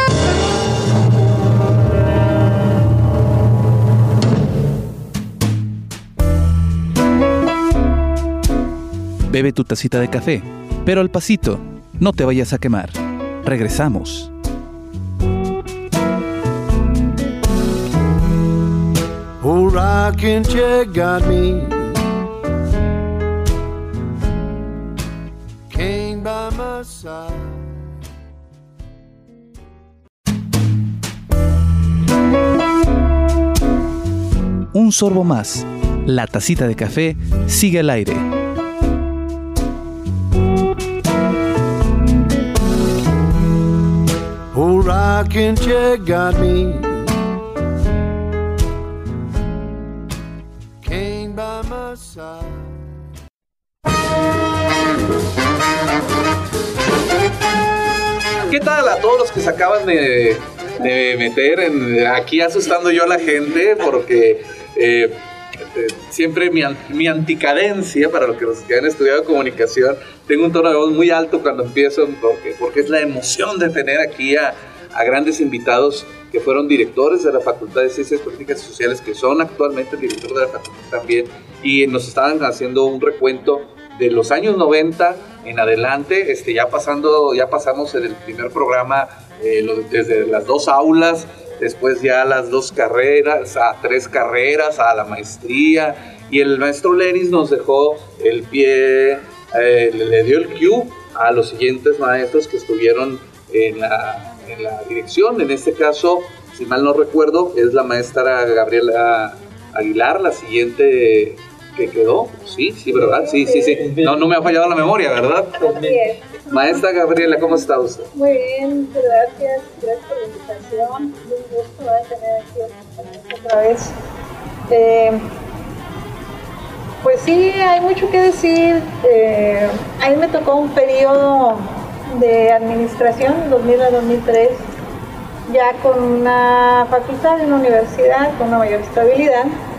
S1: Bebe tu tacita de café, pero al pasito, no te vayas a quemar. Regresamos.
S6: Old rocking chair got me. Came by my side.
S1: Un sorbo más. La tacita de café sigue al aire.
S6: Old rocking chair got me. Came by my side.
S2: ¿Qué tal a todos los que se acaban de meter aquí asustando yo a la gente? Porque siempre mi anticadencia, para los que han estudiado comunicación, tengo un tono de voz muy alto cuando empiezo, porque es la emoción de tener aquí a grandes invitados que fueron directores de la Facultad de Ciencias Políticas y Sociales, que son actualmente directores de la facultad también, y nos estaban haciendo un recuento de los años 90 en adelante. Ya pasamos en el primer programa desde las 2 aulas, después ya las 2 carreras, a 3 carreras, a la maestría, y el maestro Lenis nos dejó el pie, le dio el cue a los siguientes maestros que estuvieron en la dirección. En este caso, si mal no recuerdo, es la maestra Gabriela Aguilar, la siguiente que quedó. Sí, ¿verdad? Sí. No me ha fallado la memoria, ¿verdad?
S4: Bien.
S2: Maestra Gabriela, ¿cómo está usted?
S4: Muy bien, gracias por la invitación. Un gusto tener aquí otra vez. Pues sí, hay mucho que decir. A mí me tocó un periodo de administración, 2000 a 2003, ya con una facultad y una universidad con una mayor estabilidad.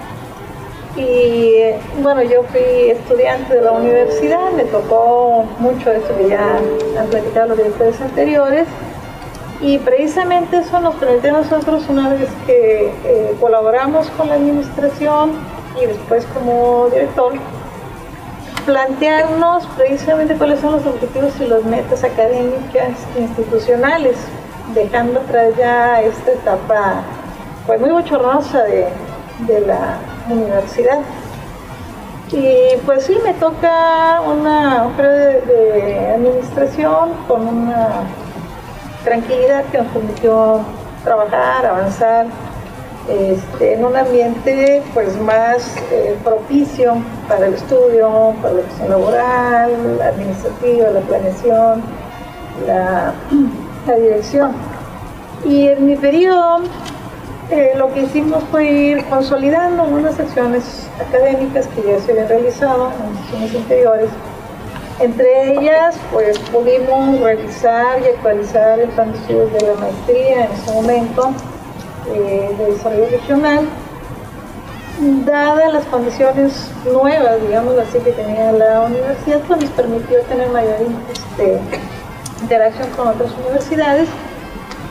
S4: Y bueno, yo fui estudiante de la universidad, me tocó mucho de eso que ya han platicado los directores anteriores, y precisamente eso nos permitió a nosotros, una vez que colaboramos con la administración y después como director, plantearnos precisamente cuáles son los objetivos y las metas académicas institucionales, dejando atrás ya esta etapa pues muy bochornosa de la universidad. Y pues sí, me toca un periodo de administración con una tranquilidad que nos permitió trabajar, avanzar en un ambiente pues más propicio para el estudio, para la cuestión laboral, la administrativa, la planeación, la dirección. Y en mi periodo lo que hicimos fue ir consolidando unas acciones académicas que ya se habían realizado en sesiones anteriores. Entre ellas, pues pudimos realizar y actualizar el plan de estudios de la maestría en ese momento de desarrollo regional, dadas las condiciones nuevas, digamos así, que tenía la universidad, pues nos permitió tener mayor interacción con otras universidades.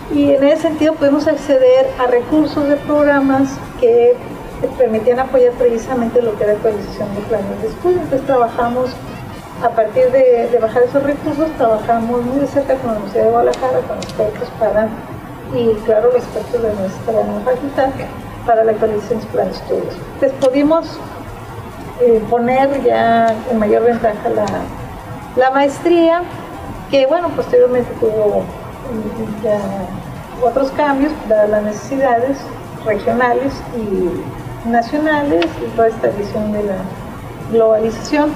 S4: Y en ese sentido pudimos acceder a recursos de programas que permitían apoyar precisamente lo que era actualización de planes de estudio. Entonces trabajamos, a partir de bajar esos recursos, trabajamos muy de cerca con la Universidad de Guadalajara, con expertos y claro, los expertos de nuestra facultad para la actualización de planes de estudios. Entonces pudimos poner ya en mayor ventaja la maestría, que bueno, posteriormente tuvo ya otros cambios dadas las necesidades regionales y nacionales y toda esta visión de la globalización.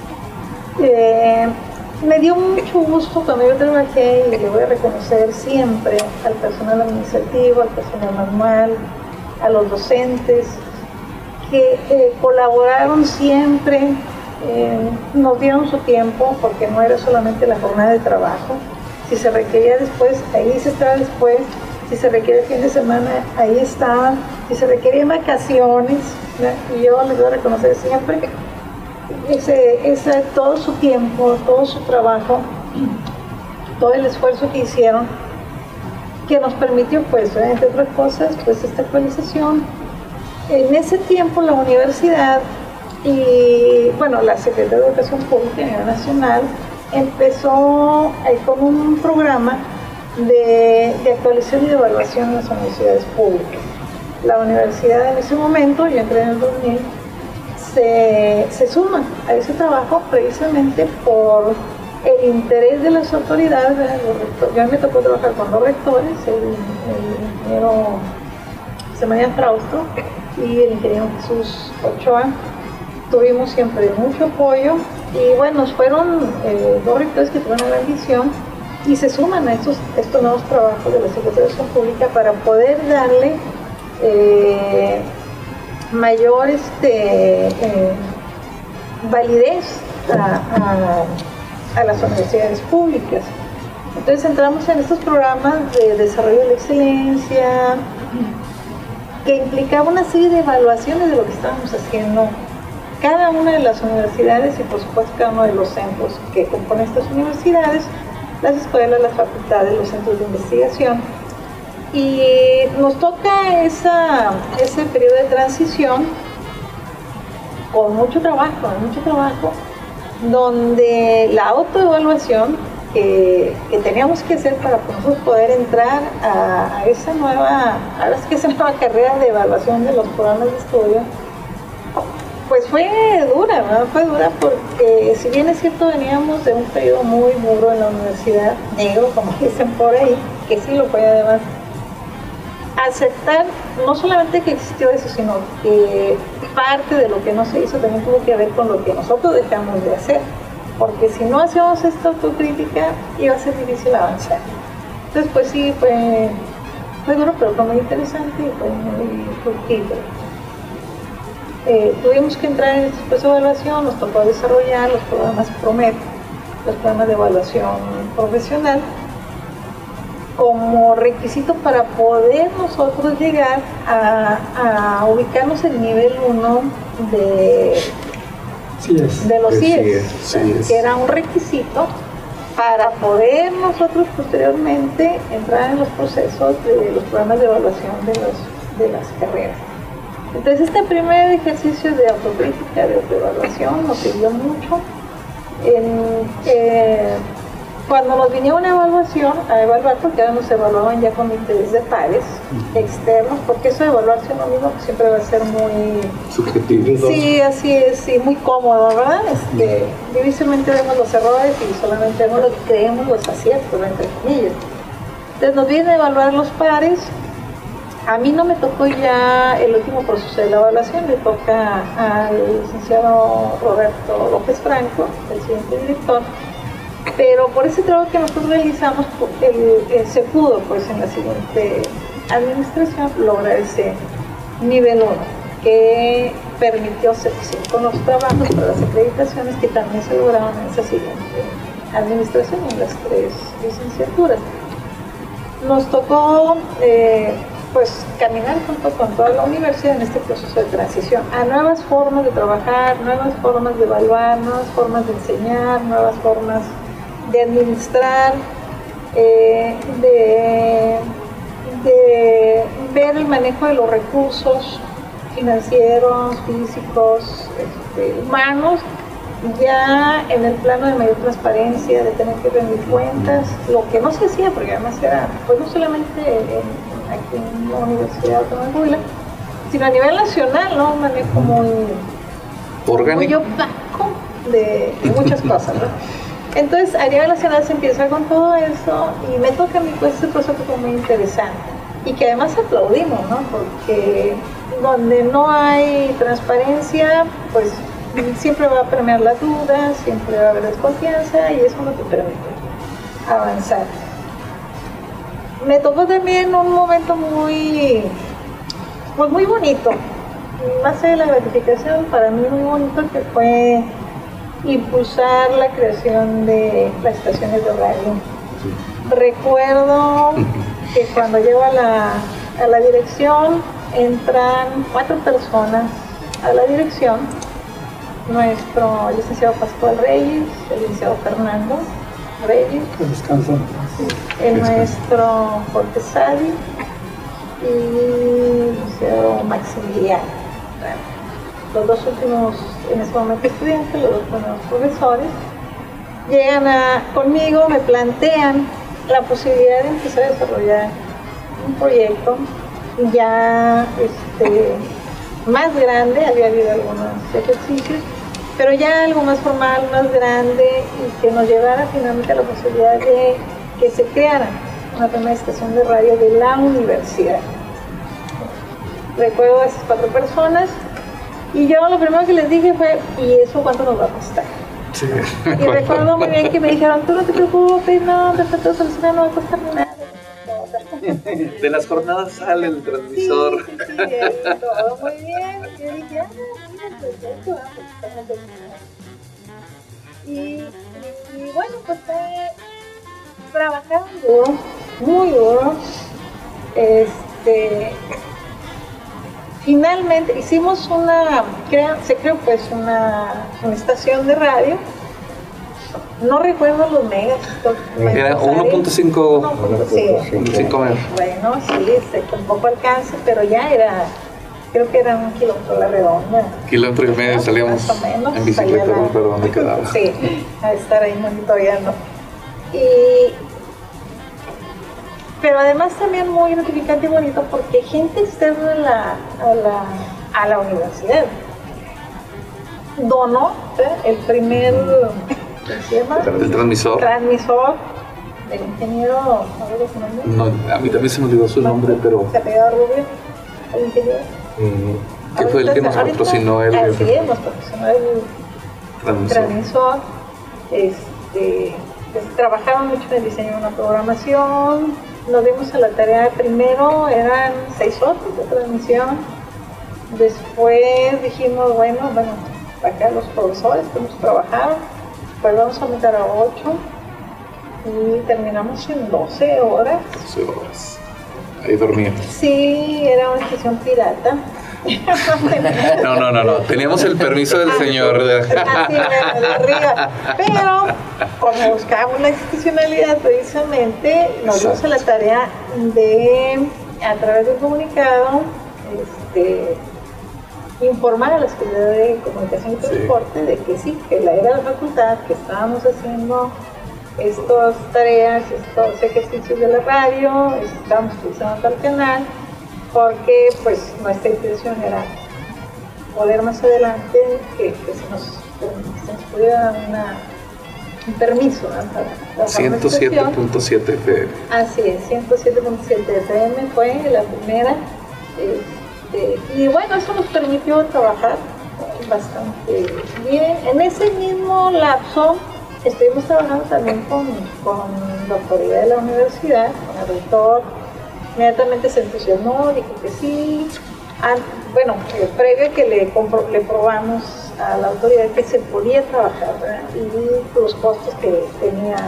S4: Me dio mucho gusto cuando yo trabajé, y le voy a reconocer siempre al personal administrativo, al personal manual, a los docentes, que colaboraron siempre, nos dieron su tiempo, porque no era solamente la jornada de trabajo. Si se requería después, ahí se estaba después. Si se requiere el fin de semana, ahí estaban. Si se requerían vacaciones, ¿no? Y yo les voy a reconocer siempre todo su tiempo, todo su trabajo, todo el esfuerzo que hicieron, que nos permitió, pues, entre otras cosas, pues, esta actualización. En ese tiempo la universidad y, bueno, la Secretaría de Educación Pública a nivel nacional empezó con un programa de actualización y de evaluación en las universidades públicas. La universidad en ese momento, yo entré en el 2000, se suma a ese trabajo precisamente por el interés de las autoridades. Yo me tocó trabajar con dos rectores, el ingeniero José María Frausto y el ingeniero Jesús Ochoa. Tuvimos siempre mucho apoyo y bueno, fueron dos rectores que tuvieron una gran visión y se suman a estos nuevos trabajos de la Secretaría de Educación Pública para poder darle mayor validez a las universidades públicas. Entonces entramos en estos programas de desarrollo de la excelencia, que implicaba una serie de evaluaciones de lo que estábamos haciendo cada una de las universidades y por supuesto cada uno de los centros que componen estas universidades, las escuelas, las facultades, los centros de investigación. Y nos toca ese periodo de transición con mucho trabajo, donde la autoevaluación que teníamos que hacer para nosotros poder entrar a esa nueva carrera de evaluación de los programas de estudio, pues fue dura, ¿verdad? Fue dura porque si bien es cierto veníamos de un periodo muy duro en la universidad, negro como dicen por ahí, que sí lo fue además, aceptar no solamente que existió eso, sino que parte de lo que no se hizo también tuvo que ver con lo que nosotros dejamos de hacer, porque si no hacíamos esta autocrítica iba a ser difícil avanzar. Entonces pues sí, fue duro, pero fue muy interesante y fue muy fructífero. Tuvimos que entrar en este proceso de evaluación, nos tocó desarrollar los programas PROMET, los programas de evaluación profesional, como requisito para poder nosotros llegar a ubicarnos en el nivel 1 de los CIES, que era un requisito para poder nosotros posteriormente entrar en los procesos de los programas de evaluación de las carreras. Entonces este primer ejercicio de autocrítica, de autoevaluación, nos sirvió mucho. Cuando nos vinieron a evaluar, porque ahora nos evaluaban ya comités de pares externos, porque eso de evaluarse uno mismo siempre va a ser muy
S3: subjetivo.
S4: Sí, así es, sí, muy cómodo, ¿verdad? Difícilmente vemos los errores y solamente vemos lo que creemos los aciertos, entre comillas. Entonces nos vienen a evaluar los pares. A mí no me tocó ya el último proceso de la evaluación, le toca al licenciado Roberto López Franco, el siguiente director, pero por ese trabajo que nosotros realizamos, se pudo, pues, en la siguiente administración lograr ese nivel 1, que permitió seguir con los trabajos para las acreditaciones que también se lograron en esa siguiente administración, en las 3 licenciaturas. Nos tocó pues caminar junto con toda la universidad en este proceso de transición a nuevas formas de trabajar, nuevas formas de evaluar, nuevas formas de enseñar, nuevas formas de administrar, de ver el manejo de los recursos financieros, físicos, humanos, ya en el plano de mayor transparencia, de tener que rendir cuentas, lo que no se hacía, porque además era, pues no solamente aquí en la Universidad Autónoma de Coahuila, sino a nivel nacional, ¿no? Un manejo muy opaco de muchas cosas, ¿no? Entonces, a nivel nacional se empieza con todo eso y me toca a mí, pues, este proceso fue muy interesante y que además aplaudimos, ¿no? Porque donde no hay transparencia, pues siempre va a premiar la duda, siempre va a haber desconfianza y eso no te permite avanzar. Me tocó también un momento muy bonito, más allá de la gratificación, para mí muy bonito, que fue impulsar la creación de las estaciones de radio. Recuerdo que cuando llego a la dirección, entran 4 personas a la dirección: nuestro licenciado Pascual Reyes, el licenciado Fernando Reyes, el maestro Jorge Sadi y el licenciado Maximiliano. Los dos últimos en ese momento estudiantes, los dos primeros profesores, llegan conmigo, me plantean la posibilidad de empezar a desarrollar un proyecto ya más grande. Había habido algunos ejercicios, pero ya algo más formal, más grande, y que nos llevara finalmente a la posibilidad de que se creara una primera estación de radio de la universidad. Recuerdo a esas 4 personas y yo lo primero que les dije fue: ¿y eso cuánto nos va a costar?
S2: Sí.
S4: Y recuerdo muy bien que me dijeron: tú no te preocupes, no, perfecto, solucionar, no va a costar nada.
S2: De las jornadas sale el transmisor.
S4: Sí, todo muy bien. Yo dije: perfecto, y bueno, pues trabajaron duro, muy duro. Finalmente hicimos se creó pues una estación de radio. No recuerdo los megas.
S2: Era 1.5.
S4: Sí. Bueno, sí, con poco alcance, pero ya creo que era 1 kilómetro a la redonda. 1,5 kilómetros
S2: salíamos
S4: más o menos,
S2: en bicicleta, por donde quedaba.
S4: Sí, a estar ahí monitoreando. Pero además también muy gratificante y bonito, porque gente externa a la universidad donó el primer, ¿cómo se llama?
S2: El transmisor.
S4: Del ingeniero, ¿no recuerdo su nombre?
S2: No, a mí también se me olvidó su nombre, pero...
S4: ¿Se apellidaba Rubio? ¿El ingeniero?
S2: ¿Qué fue el que nos patrocinó el
S4: nos patrocinó el transmisor. Trabajaron mucho en el diseño de una programación. Nos dimos a la tarea, primero eran 6 horas de transmisión. Después dijimos, bueno, acá los profesores que nos trabajaron, pues vamos a aumentar a 8 y terminamos en 12 horas.
S2: 12 horas. Ahí dormía.
S4: Sí, era una estación pirata.
S2: No. Teníamos el permiso del señor.
S4: Así de arriba. Pero, como buscábamos la institucionalidad, precisamente, nos dimos a la tarea de, a través de un comunicado, informar a la Secretaría de Comunicación y Transporte de que sí, que era la facultad, que estábamos haciendo estas tareas, estos ejercicios de la radio, estábamos utilizando tal canal, porque pues nuestra intención era poder más adelante que se nos pudiera dar un permiso, ¿no?
S2: 107.7 FM.
S4: Así es, 107.7 FM fue la primera. Y bueno, eso nos permitió trabajar bastante bien. En ese mismo lapso estuvimos trabajando también con la autoridad de la universidad, con el rector. Inmediatamente se entusiasmó, dijo que sí. Previo a que le probamos a la autoridad que se podía trabajar, ¿verdad? Y los costos que tenía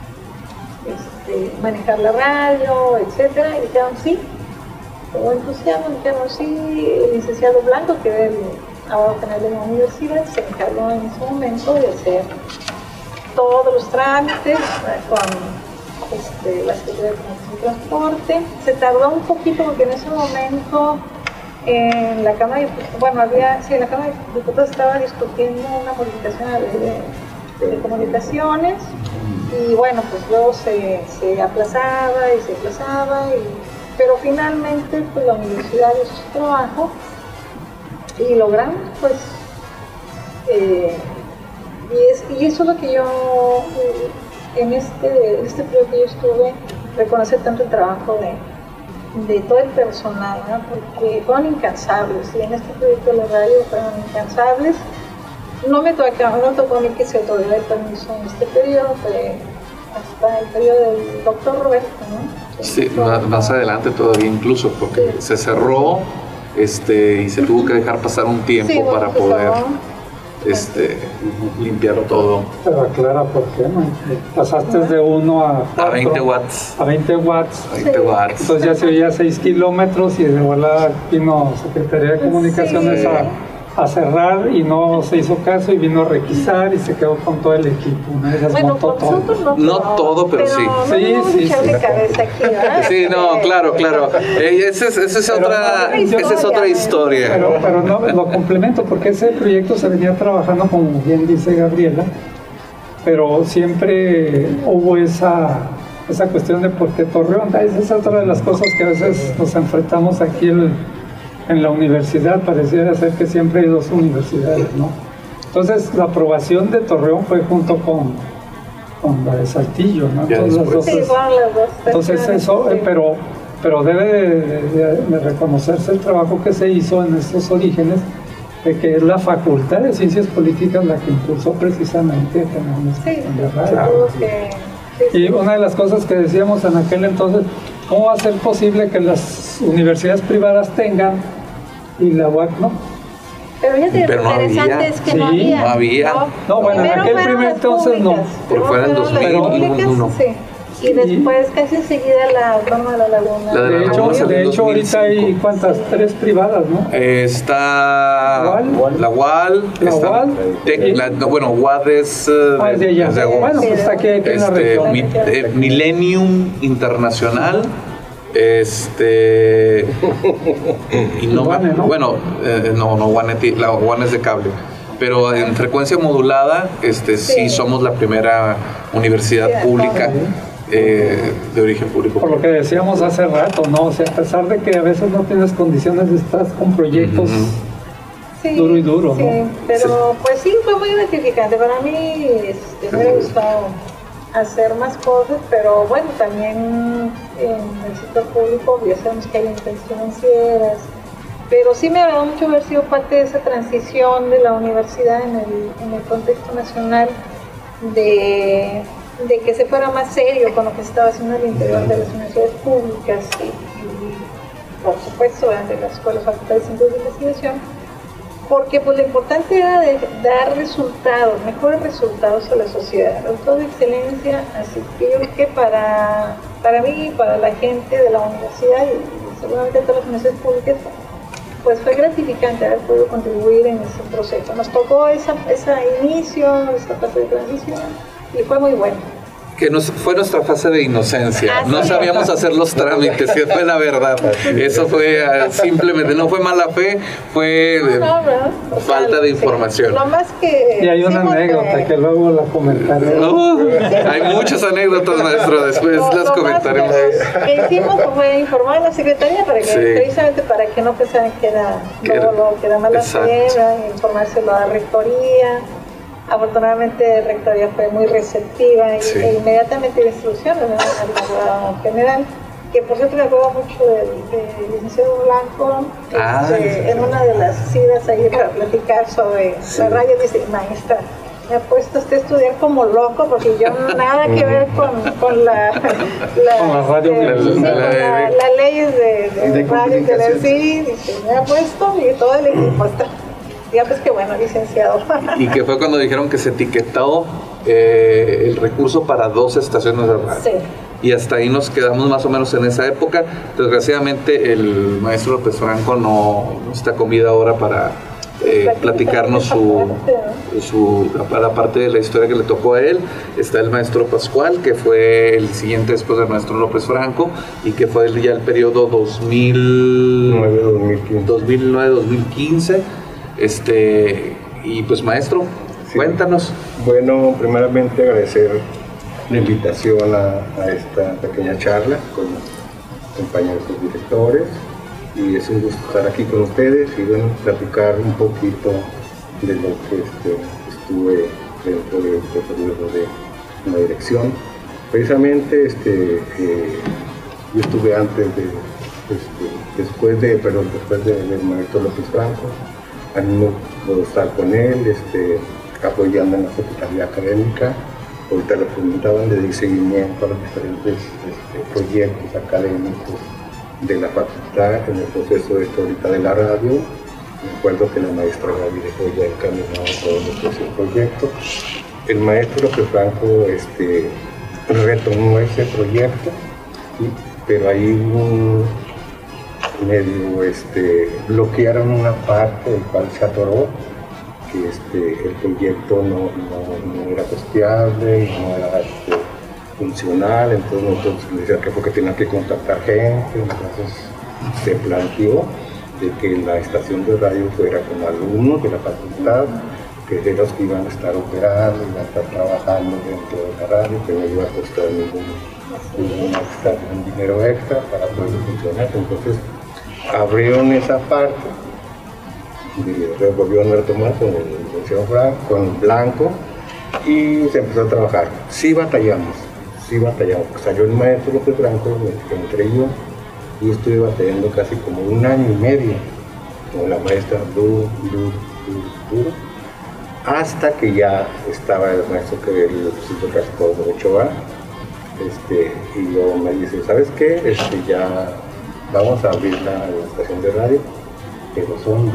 S4: manejar la radio, etcétera, y dijeron sí. Hubo entusiasmo, dijeron sí. El licenciado Blanco, que era el abogado general de la universidad, se encargó en ese momento de hacer todos los trámites la Secretaría de Comunicación y Transporte. Se tardó un poquito porque en ese momento en la Cámara de Diputados, en la Cámara de Diputados estaba discutiendo una modificación a la ley de telecomunicaciones y bueno, pues luego se aplazaba y se aplazaba, pero finalmente pues la universidad hizo su trabajo y logramos pues y eso es lo que yo en este periodo que yo estuve, reconocer tanto el trabajo de todo el personal, ¿no? Porque fueron incansables y en este proyecto de la radio fueron incansables. No me tocó a mí que se otorgara el permiso en este periodo, fue hasta el periodo del doctor Roberto, ¿no?
S2: Sí, más adelante todavía incluso, porque se cerró y se tuvo que dejar pasar un tiempo para poder limpiarlo todo.
S5: Pero aclara por qué, ¿no? Pasaste de 1 a 4,
S2: a 20 watts.
S5: A 20 watts.
S2: 20 watts.
S5: Entonces ya se oía 6 kilómetros y de volada vino Secretaría de Comunicaciones a cerrar y no se hizo caso y vino a requisar y se quedó con todo el equipo.
S4: Bueno, todo.
S2: No todo, pero sí.
S4: Sí. Cabeza aquí, ¿verdad?
S2: Sí, no, claro. Esa es otra historia.
S5: Pero no, lo complemento porque ese proyecto se venía trabajando, como bien dice Gabriela, pero siempre hubo esa cuestión de por qué Torreón. Esa es otra de las cosas que a veces nos enfrentamos aquí en la universidad. Pareciera ser que siempre hay dos universidades, ¿no? Entonces la aprobación de Torreón fue junto con la de Saltillo, ¿no? Entonces,
S4: las dos.
S5: Entonces eso, pero debe de reconocerse el trabajo que se hizo en estos orígenes, de que es la Facultad de Ciencias Políticas la que impulsó precisamente y una de las cosas que decíamos en aquel entonces, ¿cómo va a ser posible que las universidades privadas tengan y la UAC no?
S4: Pero lo interesante es que no había.
S5: No, bueno, en aquel primer entonces no.
S2: Porque fuera en 2001.
S4: Sí. Y después casi enseguida la Autónoma de la Laguna.
S5: De hecho ahorita hay ¿cuántas? 3 privadas, ¿no?
S2: Está la UAL, UAD es
S5: de allá. Bueno, pues está aquí en la región.
S2: Millennium Internacional. Y no,
S5: Guane, ¿no?
S2: Bueno, no, la Guane es de cable. Pero en frecuencia modulada, sí somos la primera universidad pública de origen público.
S5: Por lo que decíamos hace rato, ¿no? O sea, a pesar de que a veces no tienes condiciones, estás con proyectos duro y duro, ¿no?
S4: Sí, pero pues sí, fue muy gratificante. Para mí me hubiera gustado hacer más cosas, pero bueno, también en el sector público ya sabemos que hay intereses financieras, pero sí me agradó mucho haber sido parte de esa transición de la universidad en el contexto nacional, de que se fuera más serio con lo que se estaba haciendo en el interior de las universidades públicas y por supuesto de las escuelas, facultades y centros de investigación, porque pues lo importante era de dar resultados, mejores resultados a la sociedad, todo de excelencia. Así que yo creo que para mí, para la gente de la universidad y seguramente todas las universidades públicas, pues fue gratificante haber podido contribuir en ese proceso. Nos tocó ese inicio, esa fase de transición y fue muy bueno.
S2: Que fue nuestra fase de inocencia, no sabíamos hacer los trámites, y fue la verdad. Eso fue simplemente, no fue mala fe, fue falta de información.
S4: Lo más que
S5: y hay una anécdota que luego la comentaré.
S2: Hay muchas anécdotas, maestro, después las comentaremos.
S4: Lo que hicimos fue informar a la Secretaría para que, precisamente para que no pensaran que era mala fe, informárselo a la Rectoría. Afortunadamente la Rectoría fue muy receptiva e inmediatamente dio instrucciones al abogado general, que por cierto me acuerdo mucho del licenciado Blanco, en una de las idas ahí para platicar sobre la radio, dice: maestra, me ha puesto usted a estudiar como loco porque yo nada que ver con la
S5: radio,
S4: las leyes de radio y televisión, dice, me ha puesto y todo el equipo está. Ya pues que bueno, licenciado.
S2: Y que fue cuando dijeron que se etiquetó el recurso para 2 estaciones de radio.
S4: Sí.
S2: Y hasta ahí nos quedamos más o menos en esa época. Desgraciadamente el maestro López Franco no está con vida ahora para platicarnos la parte de la historia que le tocó a él. Está el maestro Pascual, que fue el siguiente después del maestro López Franco y que fue ya el periodo 2009-2015. Y pues maestro, sí, cuéntanos.
S3: Bueno, primeramente agradecer la invitación a esta pequeña charla con los compañeros directores, y es un gusto estar aquí con ustedes y bueno, platicar un poquito de lo que estuve dentro de este periodo de la dirección. Precisamente yo estuve antes después del maestro López Franco. A mí me puedo estar con él, apoyando en la Secretaría Académica. Ahorita lo comentaban, le di seguimiento a los diferentes proyectos académicos de la facultad en el proceso ahorita de la radio. Me acuerdo que la maestra Gaby dejó ya encaminado todos los proyectos. El maestro López Franco retomó ese proyecto, ¿sí? Pero ahí medio bloquearon una parte, el cual se atoró, que el proyecto no era costeable, no era funcional. Entonces nosotros le decían que porque tenían que contactar gente. Entonces se planteó de que la estación de radio fuera con alumnos de la facultad, que eran los que iban a estar operando, iban a estar trabajando dentro de la radio, que no iba a costar ningún dinero extra para poder funcionar. Entonces abrieron esa parte y volvieron a retomar con el licenciado con Blanco y se empezó a trabajar. Sí batallamos. Salió el maestro López Franco, entre yo estuve batallando casi como 1 año y medio con la maestra duro, hasta que ya estaba el maestro que el profesor Casco de Ochoa, y luego me dice, ¿sabes qué? Ya vamos a abrir la estación de radio, pero son 2.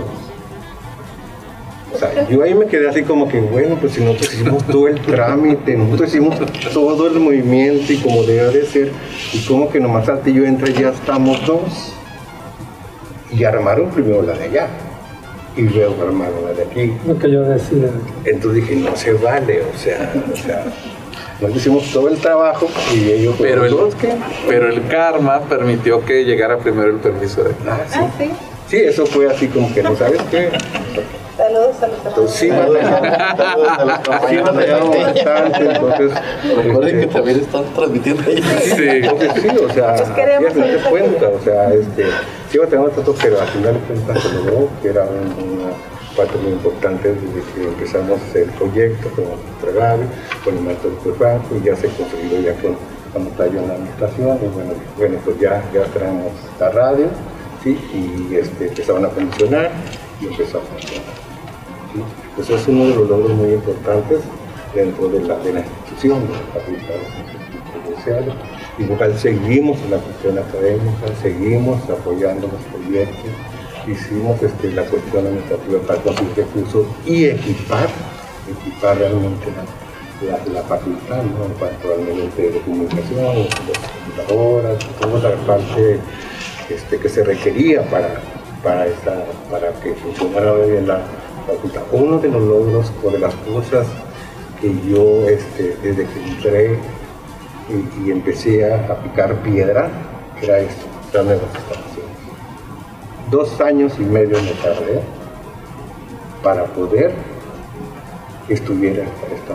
S3: O sea, yo ahí me quedé así como que, bueno, pues si nosotros hicimos todo el trámite, nosotros hicimos todo el movimiento y como debe de ser, y como que nomás Saltillo entra y ya estamos 2. Y armaron primero la de allá, y luego armaron la de aquí.
S5: Lo que yo decía.
S3: Entonces dije, no se vale, o sea, nosotros hicimos todo el trabajo y ellos...
S2: Pero el karma permitió que llegara primero el permiso de...
S3: Sí. Sí, eso fue así como que, ¿no sabes qué?
S4: Saludos a los
S3: entonces, sí, batallamos bastante, entonces...
S7: Recuerden que también están transmitiendo ahí.
S3: Sí, o sea, ya se da cuenta, o sea, sí batallamos tanto, pero al final de cuentas se logró, que era una parte muy importante desde que empezamos el proyecto con nuestra radio, con el maestro López Franco, y ya se construyó ya cuando estalló en la administración, y bueno, pues ya traemos la radio, ¿sí? Y empezaron a funcionar y empezó a funcionar. ¿Sí? Pues es uno de los logros muy importantes dentro de la institución de la Facultad de Ciencias Sociales. Igual seguimos en la cuestión académica, seguimos apoyando los proyectos, hicimos la cuestión administrativa para conseguir recursos y equipar realmente la facultad, ¿no? En cuanto al nivel de comunicación, las computadoras, toda la parte que se requería para que funcionara bien la facultad. Uno de los logros o de las cosas que yo desde que entré y empecé a picar piedra era esto, las nuevas instalaciones. 2 años y medio me tardé para poder que estuviera esta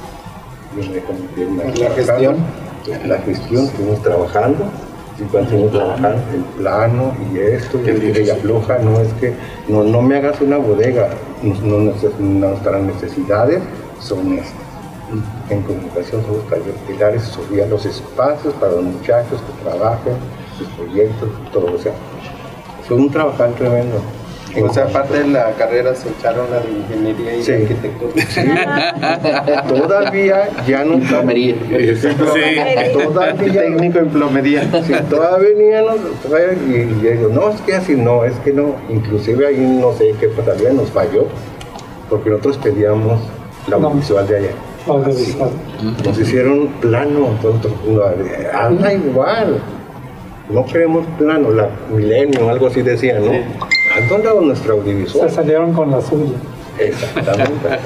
S3: facultad. La gestión, estuvimos trabajando. Seguimos trabajando el plano y esto, y afloja, no es que no me hagas una bodega, nuestras necesidades son estas. En comunicación somos talleres pilares, subían los espacios para los muchachos que trabajen, sus proyectos, todo, o sea, fue un trabajar tremendo.
S7: O sea, aparte de la carrera se echaron la de ingeniería y de arquitectura.
S3: Sí. Todavía ya no...
S7: Plomería.
S3: Todavía...
S7: Técnico en plomería.
S3: Sí, todavía y yo, no, es que así no, es que no. Inclusive ahí no sé qué pasaría, nos falló, porque nosotros pedíamos la audiovisual de allá.
S5: Audiovisual.
S3: Nos hicieron plano, entonces anda igual. No queremos plano, la Milenio, algo así decía, ¿no? encantó nuestro audiovisual.
S5: Se salieron con la suya.
S3: Exactamente.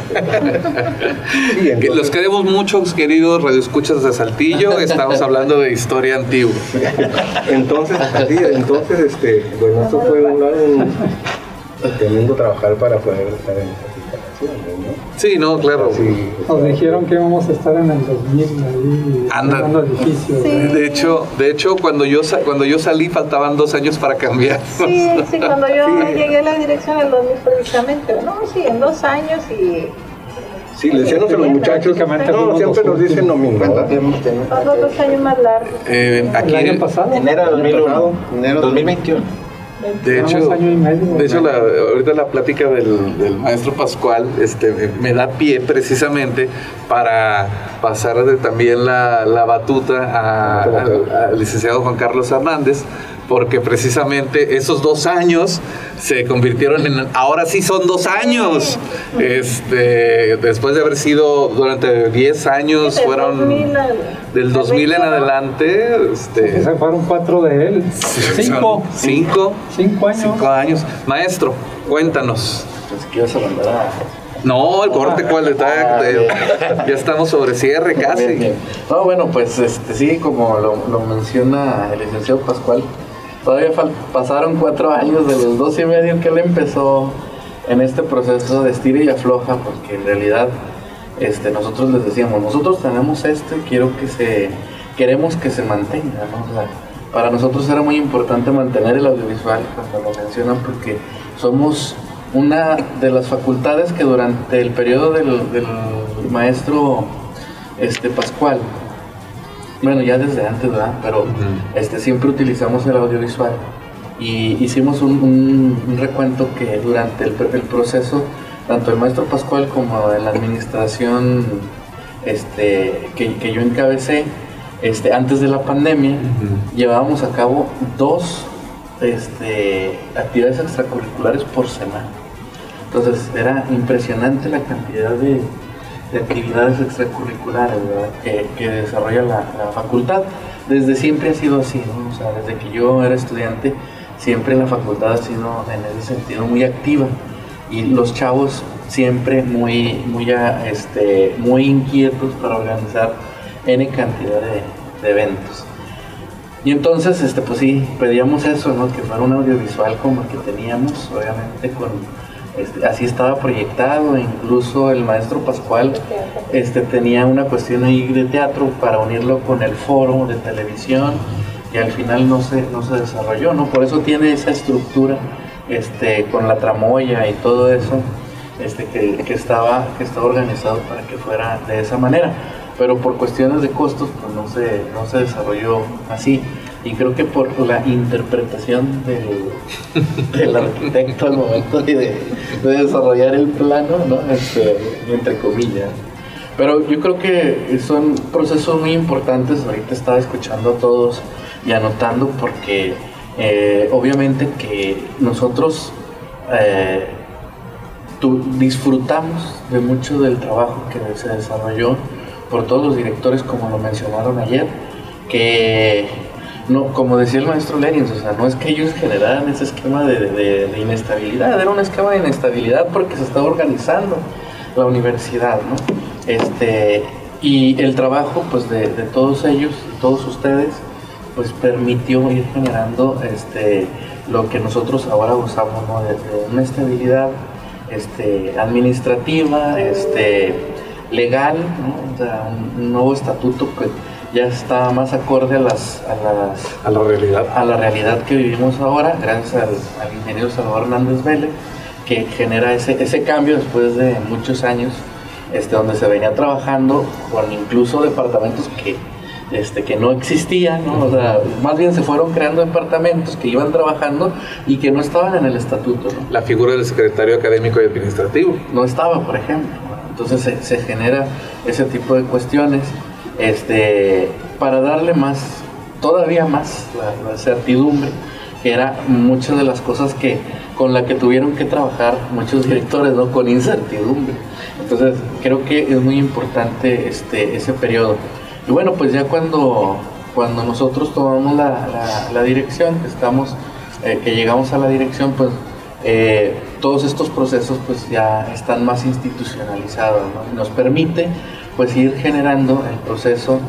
S3: Sí, entonces,
S2: Los queremos mucho, queridos radioescuchas de Saltillo. Estamos hablando de historia antigua.
S3: entonces, bueno, eso fue un tremendo trabajar para poder estar en esta situación, ¿no?
S2: Sí, no, claro.
S3: Sí,
S5: Nos dijeron que íbamos a estar en el 2000 ahí armando edificios.
S4: Sí.
S2: De hecho, cuando yo salí faltaban 2 años para cambiar.
S4: Sí, cuando yo llegué a la dirección en el 2000 precisamente, no, sí, en 2 años y...
S3: Sí, le decían a los muchachos, no, siempre nos dicen lo mismo.
S4: Son 2 años más largos.
S2: Aquí,
S5: El año pasado.
S7: Enero de 2001. Enero 2021.
S2: de hecho,
S5: año y medio.
S2: Ahorita la plática del maestro Pascual me da pie precisamente para pasar también la batuta al licenciado Juan Carlos Hernández, porque precisamente esos 2 años se convirtieron ahora sí son 2 años, después de haber sido durante 10 años,
S4: Sí,
S2: del 2000 en adelante,
S5: Se fueron 4 de él. 5 años.
S2: 5 años. Maestro, cuéntanos.
S7: Pues que ibas a mandar a...
S2: No, el corte, ¿cuál detalle? Ya estamos sobre cierre casi.
S7: Bien, bien. No, bueno, pues sí, como lo menciona el licenciado Pascual, todavía pasaron 4 años de los 2 y medio que él empezó en este proceso de estira y afloja, porque en realidad nosotros les decíamos, nosotros tenemos queremos que se mantenga, ¿no? O sea, para nosotros era muy importante mantener el audiovisual, cuando lo mencionan, porque somos una de las facultades que durante el periodo del maestro Pascual, bueno, ya desde antes, ¿verdad? Pero siempre utilizamos el audiovisual y hicimos un recuento que durante el proceso, tanto el maestro Pascual como en la administración que yo encabecé, antes de la pandemia, llevábamos a cabo 2 actividades extracurriculares por semana. Entonces era impresionante la cantidad de actividades extracurriculares, ¿verdad? que desarrolla la facultad. Desde siempre ha sido así, ¿no? O sea, desde que yo era estudiante, siempre la facultad ha sido en ese sentido muy activa y los chavos siempre muy inquietos para organizar N cantidad de eventos. Y entonces, pues sí, pedíamos eso, ¿no? Que fuera un audiovisual como el que teníamos, obviamente así estaba proyectado. Incluso el maestro Pascual tenía una cuestión ahí de teatro para unirlo con el foro de televisión, y al final no se desarrolló, ¿no? Por eso tiene esa estructura con la tramoya y todo eso, que estaba organizado para que fuera de esa manera. Pero por cuestiones de costos, pues no se desarrolló así. Y creo que por la interpretación del arquitecto al momento de desarrollar el plano, ¿no? Entre comillas. Pero yo creo que son procesos muy importantes. Ahorita estaba escuchando a todos y anotando, porque obviamente que nosotros disfrutamos de mucho del trabajo que se desarrolló por todos los directores, como lo mencionaron ayer, que no, como decía el maestro Lerins, o sea, no es que ellos generaran ese esquema de inestabilidad, era un esquema de inestabilidad porque se estaba organizando la universidad, ¿no? Y el trabajo, pues, de todos ellos, todos ustedes, pues permitió ir generando lo que nosotros ahora usamos, ¿no? De una estabilidad administrativa, legal, ¿no? O sea, un nuevo estatuto que ya está más acorde a la realidad que vivimos ahora, gracias al ingeniero Salvador Hernández Vélez, que genera ese cambio después de muchos años, donde se venía trabajando con incluso departamentos que no existían, ¿no? O sea, más bien se fueron creando departamentos que iban trabajando y que no estaban en el estatuto, ¿no?
S2: La figura del secretario académico y administrativo
S7: no estaba, por ejemplo. Entonces se genera ese tipo de cuestiones para darle todavía más la certidumbre, que era muchas de las cosas con la que tuvieron que trabajar muchos directores, ¿no? Con incertidumbre. Entonces creo que es muy importante ese periodo. Y bueno, pues ya cuando nosotros tomamos la dirección, que llegamos a la dirección, pues todos estos procesos pues ya están más institucionalizados, ¿no? Y nos permite pues ir generando el proceso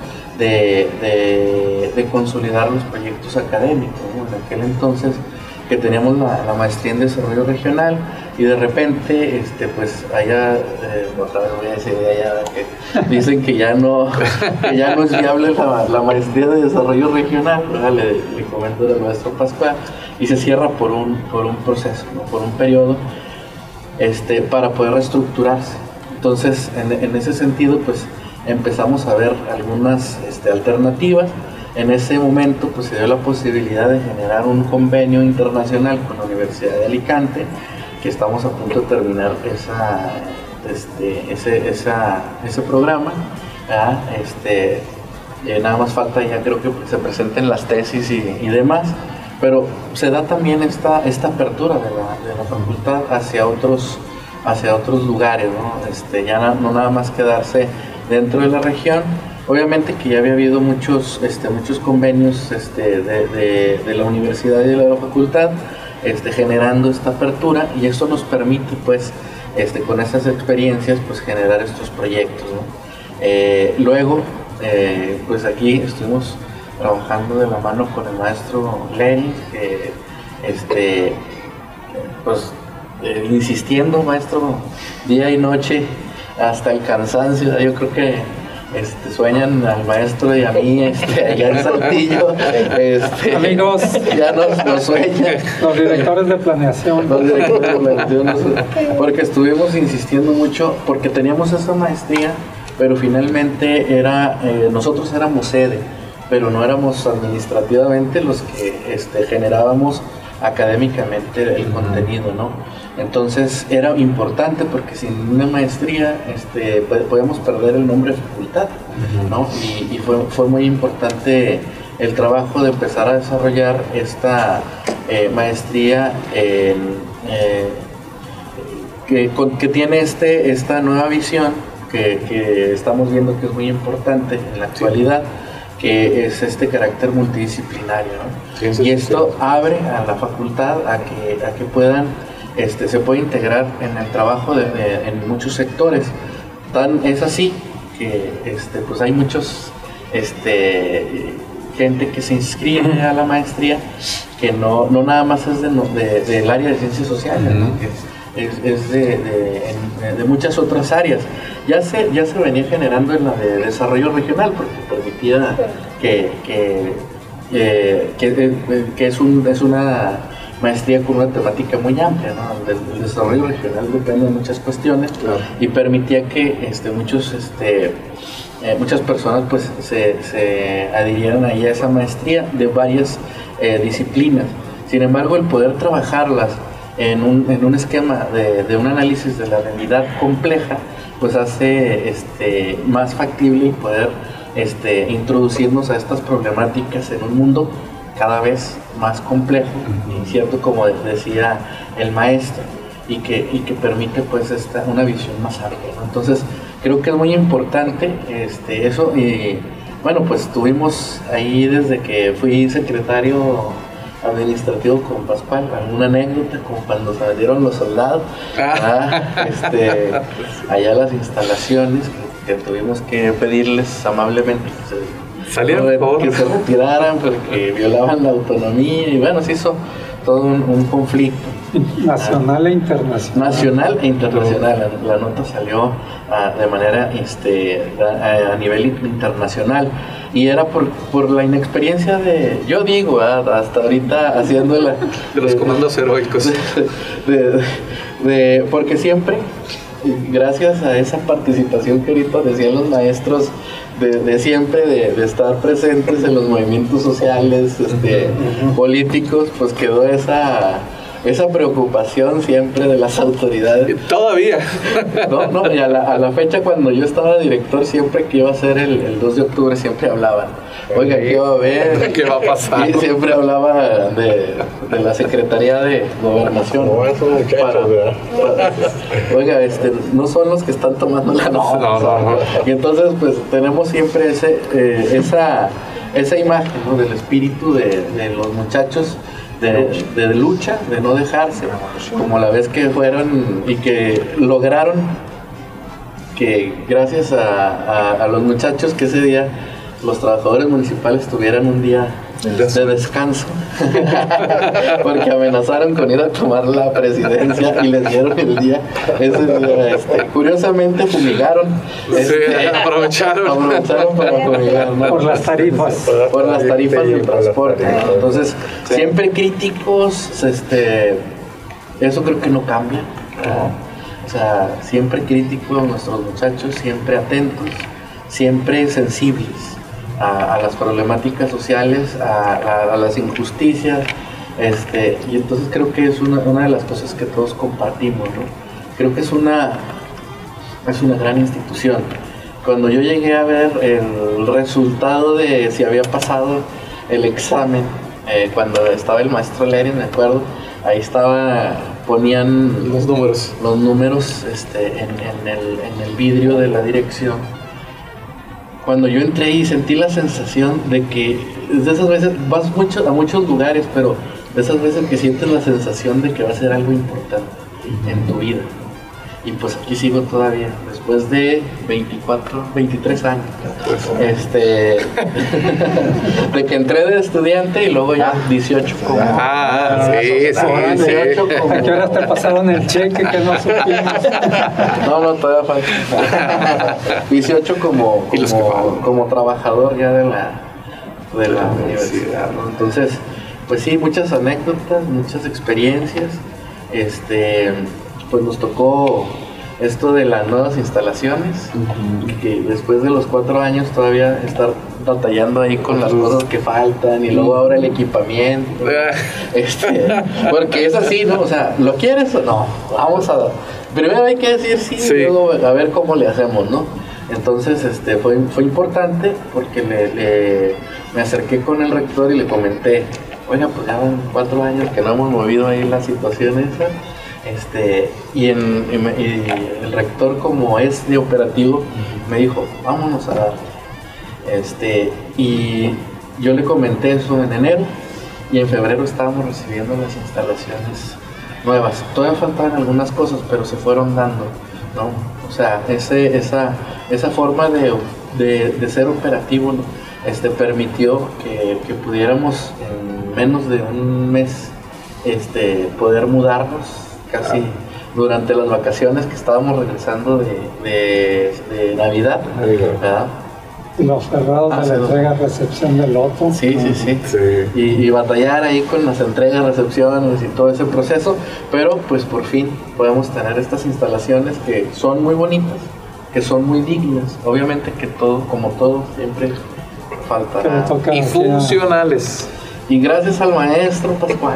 S7: de consolidar los proyectos académicos, ¿no? En aquel entonces que teníamos la maestría en desarrollo regional y de repente pues allá otra vez voy a decir allá que dicen que ya no es viable la maestría de desarrollo regional, ¿verdad? Le comento al maestro Pascual, y se cierra por un proceso, ¿no? Por un periodo para poder reestructurarse. Entonces en ese sentido pues empezamos a ver algunas alternativas. En ese momento pues se dio la posibilidad de generar un convenio internacional con la Universidad de Alicante, que estamos a punto de terminar ese programa, ¿verdad? Nada más falta ya creo que se presenten las tesis y demás, pero se da también esta apertura de la facultad hacia otros lugares, ¿no? Ya no nada más quedarse dentro de la región. Obviamente que ya había habido muchos convenios de la universidad y de la facultad generando esta apertura, y esto nos permite pues con estas experiencias pues generar estos proyectos, ¿no? Luego pues aquí estuvimos trabajando de la mano con el maestro Lenin, que pues insistiendo, maestro, día y noche hasta el cansancio. Yo creo que sueñan al maestro y a mí allá en Saltillo.
S5: Amigos,
S7: ya nos sueñan.
S5: Los directores de planeación.
S7: Porque estuvimos insistiendo mucho, porque teníamos esa maestría, pero finalmente nosotros éramos sede, pero no éramos administrativamente los que generábamos académicamente el contenido, ¿no? Entonces era importante, porque sin una maestría podíamos perder el nombre de facultad, ¿no? Y fue muy importante el trabajo de empezar a desarrollar esta maestría que tiene esta nueva visión que estamos viendo que es muy importante en la actualidad, que es este carácter multidisciplinario, ¿no? Y esto abre a la facultad a que puedan se puede integrar en el trabajo en muchos sectores. Es así que pues hay muchos gente que se inscribe a la maestría que no nada más es del área de ciencias sociales, ¿no? Es de muchas otras áreas. Ya se venía generando en la de desarrollo regional, porque permitía que es una maestría con una temática muy amplia, ¿no? El desarrollo regional depende de muchas cuestiones, claro, y permitía que muchas personas pues se adhirieran ahí a esa maestría de varias disciplinas. Sin embargo, el poder trabajarlas en un esquema de un análisis de la realidad compleja pues hace más factible y poder introducirnos a estas problemáticas en un mundo cada vez más complejo, incierto, como decía el maestro, y que permite pues una visión más amplia, ¿no? Entonces creo que es muy importante eso. Y bueno, pues estuvimos ahí desde que fui secretario administrativo con Pascual. Alguna anécdota, como cuando se metieron los soldados allá las instalaciones, que tuvimos que pedirles amablemente que se retiraran porque violaban la autonomía, y bueno, se hizo todo un conflicto
S5: nacional e internacional.
S7: Nacional e internacional. La nota salió de manera a nivel internacional, y era por la inexperiencia yo digo, hasta ahorita haciendo de
S2: los comandos heroicos,
S7: porque siempre, gracias a esa participación que ahorita decían los maestros, de siempre de estar presentes en los movimientos sociales, políticos, pues quedó esa preocupación siempre de las autoridades.
S2: Todavía.
S7: No, y a la fecha, cuando yo estaba director, siempre que iba a ser el 2 de octubre, siempre hablaban. Oiga, ¿qué va a haber?
S2: ¿Qué va a pasar?
S7: Y siempre hablaba de la Secretaría de Gobernación.
S3: No, esos muchachos, ¿verdad?
S7: Oiga, no son los que están tomando la nota.
S2: No.
S7: Y entonces, pues, tenemos siempre esa imagen, ¿no? Del espíritu de los muchachos de lucha, de no dejarse, como la vez que fueron y que lograron que gracias a los muchachos que ese día los trabajadores municipales tuvieran un día de descanso porque amenazaron con ir a tomar la presidencia y les dieron el día ese día, curiosamente fumigaron, aprovecharon para fumigar, ¿no?
S5: Por las tarifas
S7: del transporte, ¿no? Entonces siempre críticos, eso creo que no cambia, o sea, siempre críticos nuestros muchachos, siempre atentos, siempre sensibles a las problemáticas sociales, a las injusticias, y entonces creo que es una de las cosas que todos compartimos, ¿no? Creo que es una gran institución. Cuando yo llegué a ver el resultado de si había pasado el examen, cuando estaba el maestro Lerin, me acuerdo, ahí ponían los números en el vidrio de la dirección. Cuando yo entré y sentí la sensación de que, de esas veces, vas a muchos lugares, pero de esas veces que sientes la sensación de que va a ser algo importante en tu vida. Y pues aquí sigo todavía, después de 23 años, de que entré de estudiante y luego ya 18 como...
S5: como... ¿A qué horas te pasaron el cheque que no supimos?
S7: No, todavía falta. 18 como trabajador ya de la universidad, ¿no? Entonces, pues sí, muchas anécdotas, muchas experiencias, pues nos tocó esto de las nuevas instalaciones, y que después de los 4 años todavía estar batallando ahí con las cosas que faltan, y luego ahora el equipamiento, porque es así, ¿no? O sea, ¿lo quieres o no? Primero hay que decir sí. Y luego a ver cómo le hacemos, ¿no? Entonces fue importante porque me acerqué con el rector y le comenté, oiga, pues ya van 4 años que no hemos movido ahí la situación esa. Y el rector, como es de operativo, me dijo, vámonos a dar. Y yo le comenté eso en enero, y en febrero estábamos recibiendo las instalaciones nuevas. Todavía faltaban algunas cosas, pero se fueron dando, ¿no? O sea, esa forma de ser operativo, ¿no? Permitió que pudiéramos en menos de un mes poder mudarnos casi durante las vacaciones que estábamos regresando de Navidad, ¿verdad?
S5: Los cerrados de la entrega-recepción del loto.
S7: Sí. Y batallar ahí con las entregas, recepciones y todo ese proceso, pero pues por fin podemos tener estas instalaciones que son muy bonitas, que son muy dignas. Obviamente que todo, como todo, siempre faltará.
S2: Y funcionales.
S7: Y gracias al maestro Pascual,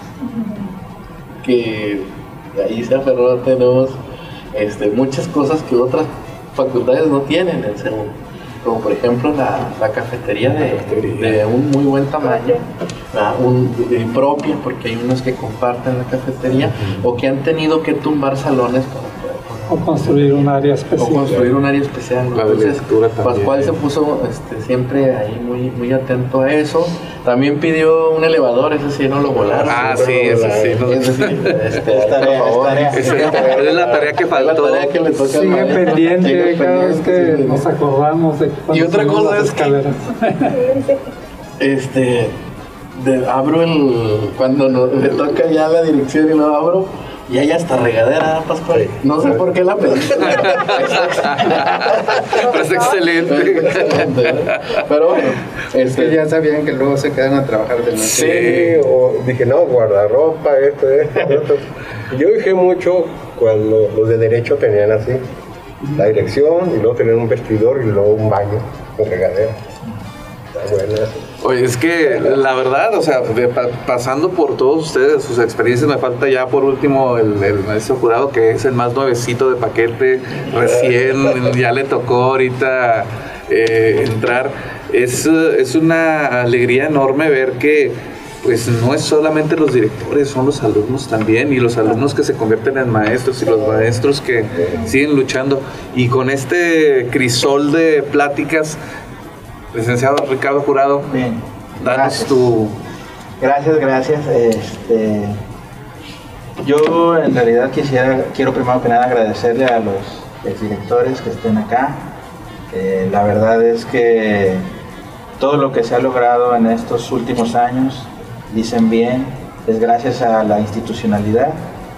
S7: que ahí se aferró, tenemos muchas cosas que otras facultades no tienen en CEU, como por ejemplo la cafetería de un muy buen tamaño, propia, porque hay unos que comparten la cafetería o que han tenido que tumbar salones
S5: o construir un área especial.
S7: Entonces Pascual se puso siempre ahí muy atento a eso. También pidió un elevador, ese sí no lo volaron.
S2: Ese sí. Es la tarea que faltó.
S7: La tarea que le toca.
S5: Sigue pendiente cada vez que nos acordamos de
S7: y otra cosa es
S5: escaleras.
S7: Abro cuando me toca ya la dirección y lo abro, y hay hasta regadera, Pascual. No sé por qué la pedí.
S2: Pero es excelente.
S7: Pero bueno,
S3: es que ya sabían que luego se quedan a trabajar de noche.
S8: Sí, o dije, no, guardarropa, esto. Yo dije mucho cuando los de derecho tenían así, la dirección, y luego tenían un vestidor y luego un baño con regadera. Está buena.
S2: Oye, es que la verdad, o sea, pasando por todos ustedes, sus experiencias, me falta ya por último el maestro Jurado, que es el más nuevecito de paquete, recién, ya le tocó ahorita entrar. Es una alegría enorme ver que pues no es solamente los directores, son los alumnos también, y los alumnos que se convierten en maestros, y los maestros que siguen luchando. Y con este crisol de pláticas, licenciado Ricardo Jurado, danos
S9: Gracias. Yo en realidad quiero primero que nada agradecerle a los exdirectores que estén acá. La verdad es que todo lo que se ha logrado en estos últimos años, dicen bien, es gracias a la institucionalidad.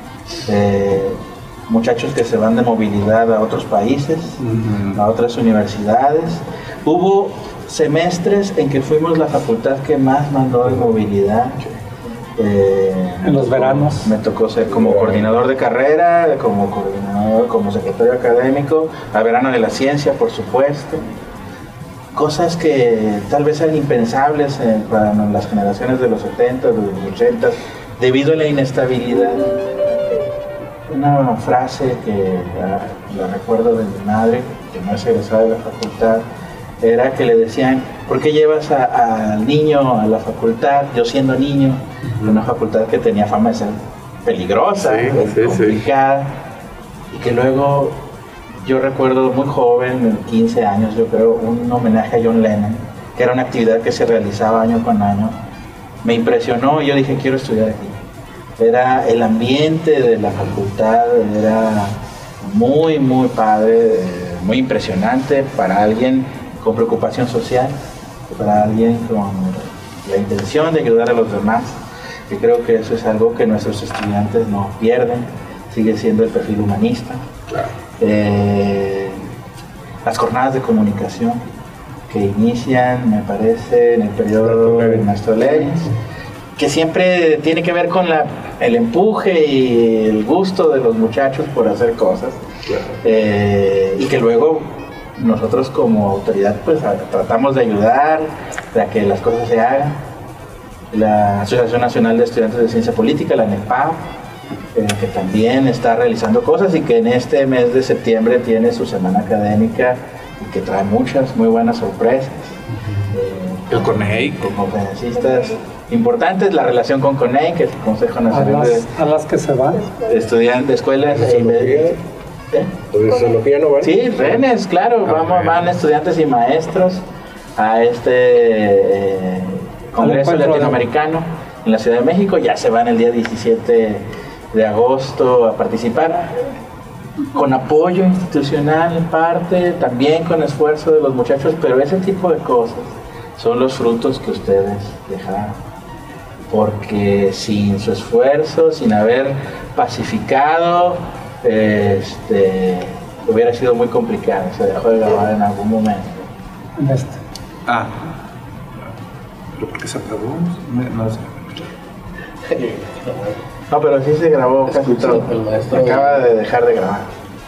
S9: Muchachos que se van de movilidad a otros países, a otras universidades. Hubo semestres en que fuimos la facultad que más mandó en movilidad.
S5: En los veranos.
S9: Me tocó ser como coordinador de carrera, como secretario académico, a verano de la ciencia, por supuesto. Cosas que tal vez eran impensables para las generaciones de los 70, de los 80, debido a la inestabilidad. Una frase que la recuerdo de mi madre, que no es egresada de la facultad, era que le decían: ¿por qué llevas al muy a la facultad? Yo siendo niño, una facultad que tenía fama de ser peligrosa, complicada, y que luego yo recuerdo muy joven, 15 años yo creo, un homenaje a John Lennon, que era una actividad que se realizaba año con año. Me impresionó y yo dije, quiero estudiar aquí. Era el ambiente de la facultad, era muy padre, muy impresionante para alguien con preocupación social, para alguien con la intención de ayudar a los demás, que creo que eso es algo que nuestros estudiantes no pierden, sigue siendo el perfil humanista.
S2: Claro.
S9: Las jornadas de comunicación que inician, me parece, en el periodo del maestro Leyes, que siempre tiene que ver con el empuje y el gusto de los muchachos por hacer cosas, y que luego nosotros como autoridad pues tratamos de ayudar a que las cosas se hagan. La Asociación Nacional de Estudiantes de Ciencia Política, la NEPAO, que también está realizando cosas y que en este mes de septiembre tiene su semana académica y que trae muchas muy buenas sorpresas.
S2: El CONEI,
S9: con conferencistas importantes, la relación con CONEI, que es el Consejo Nacional
S5: a las que se van.
S9: de Estudiantes de Escuelas
S8: ¿Sociología no van?
S9: Sí, RENES, claro, van estudiantes y maestros a este Congreso Latinoamericano en la Ciudad de México. Ya se van el día 17 de agosto a participar, con apoyo institucional en parte, también con esfuerzo de los muchachos, pero ese tipo de cosas son los frutos que ustedes dejaron, porque sin su esfuerzo, sin haber pacificado, hubiera sido muy complicado. Se dejó de grabar en algún momento.
S2: ¿Pero por qué se apagó?
S9: No, pero sí se grabó casi todo. Acaba de dejar de grabar.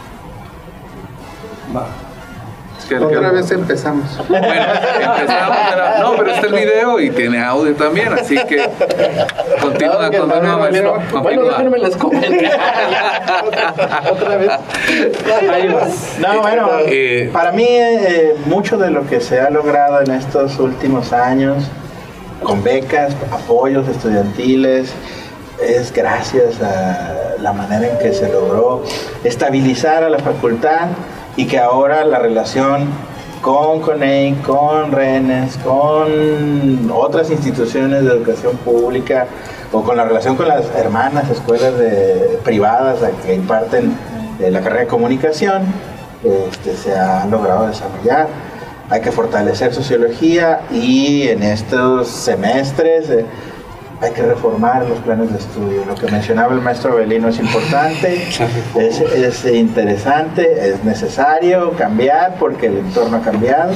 S3: Otra vez empezamos.
S2: Bueno, empezamos. Pero está el video y tiene audio también, así que continúa, maestro.
S7: Bueno, déjenme les comentar. Otra vez.
S9: No, bueno, para mí mucho de lo que se ha logrado en estos últimos años, con becas, apoyos estudiantiles, es gracias a la manera en que se logró estabilizar a la facultad, y que ahora la relación con CONEI, con RENES, con otras instituciones de educación pública, o con la relación con las hermanas escuelas privadas que imparten la carrera de comunicación, se ha logrado desarrollar. Hay que fortalecer sociología, y en estos semestres hay que reformar los planes de estudio. Lo que mencionaba el maestro Avelino es importante, es interesante, es necesario cambiar porque el entorno ha cambiado.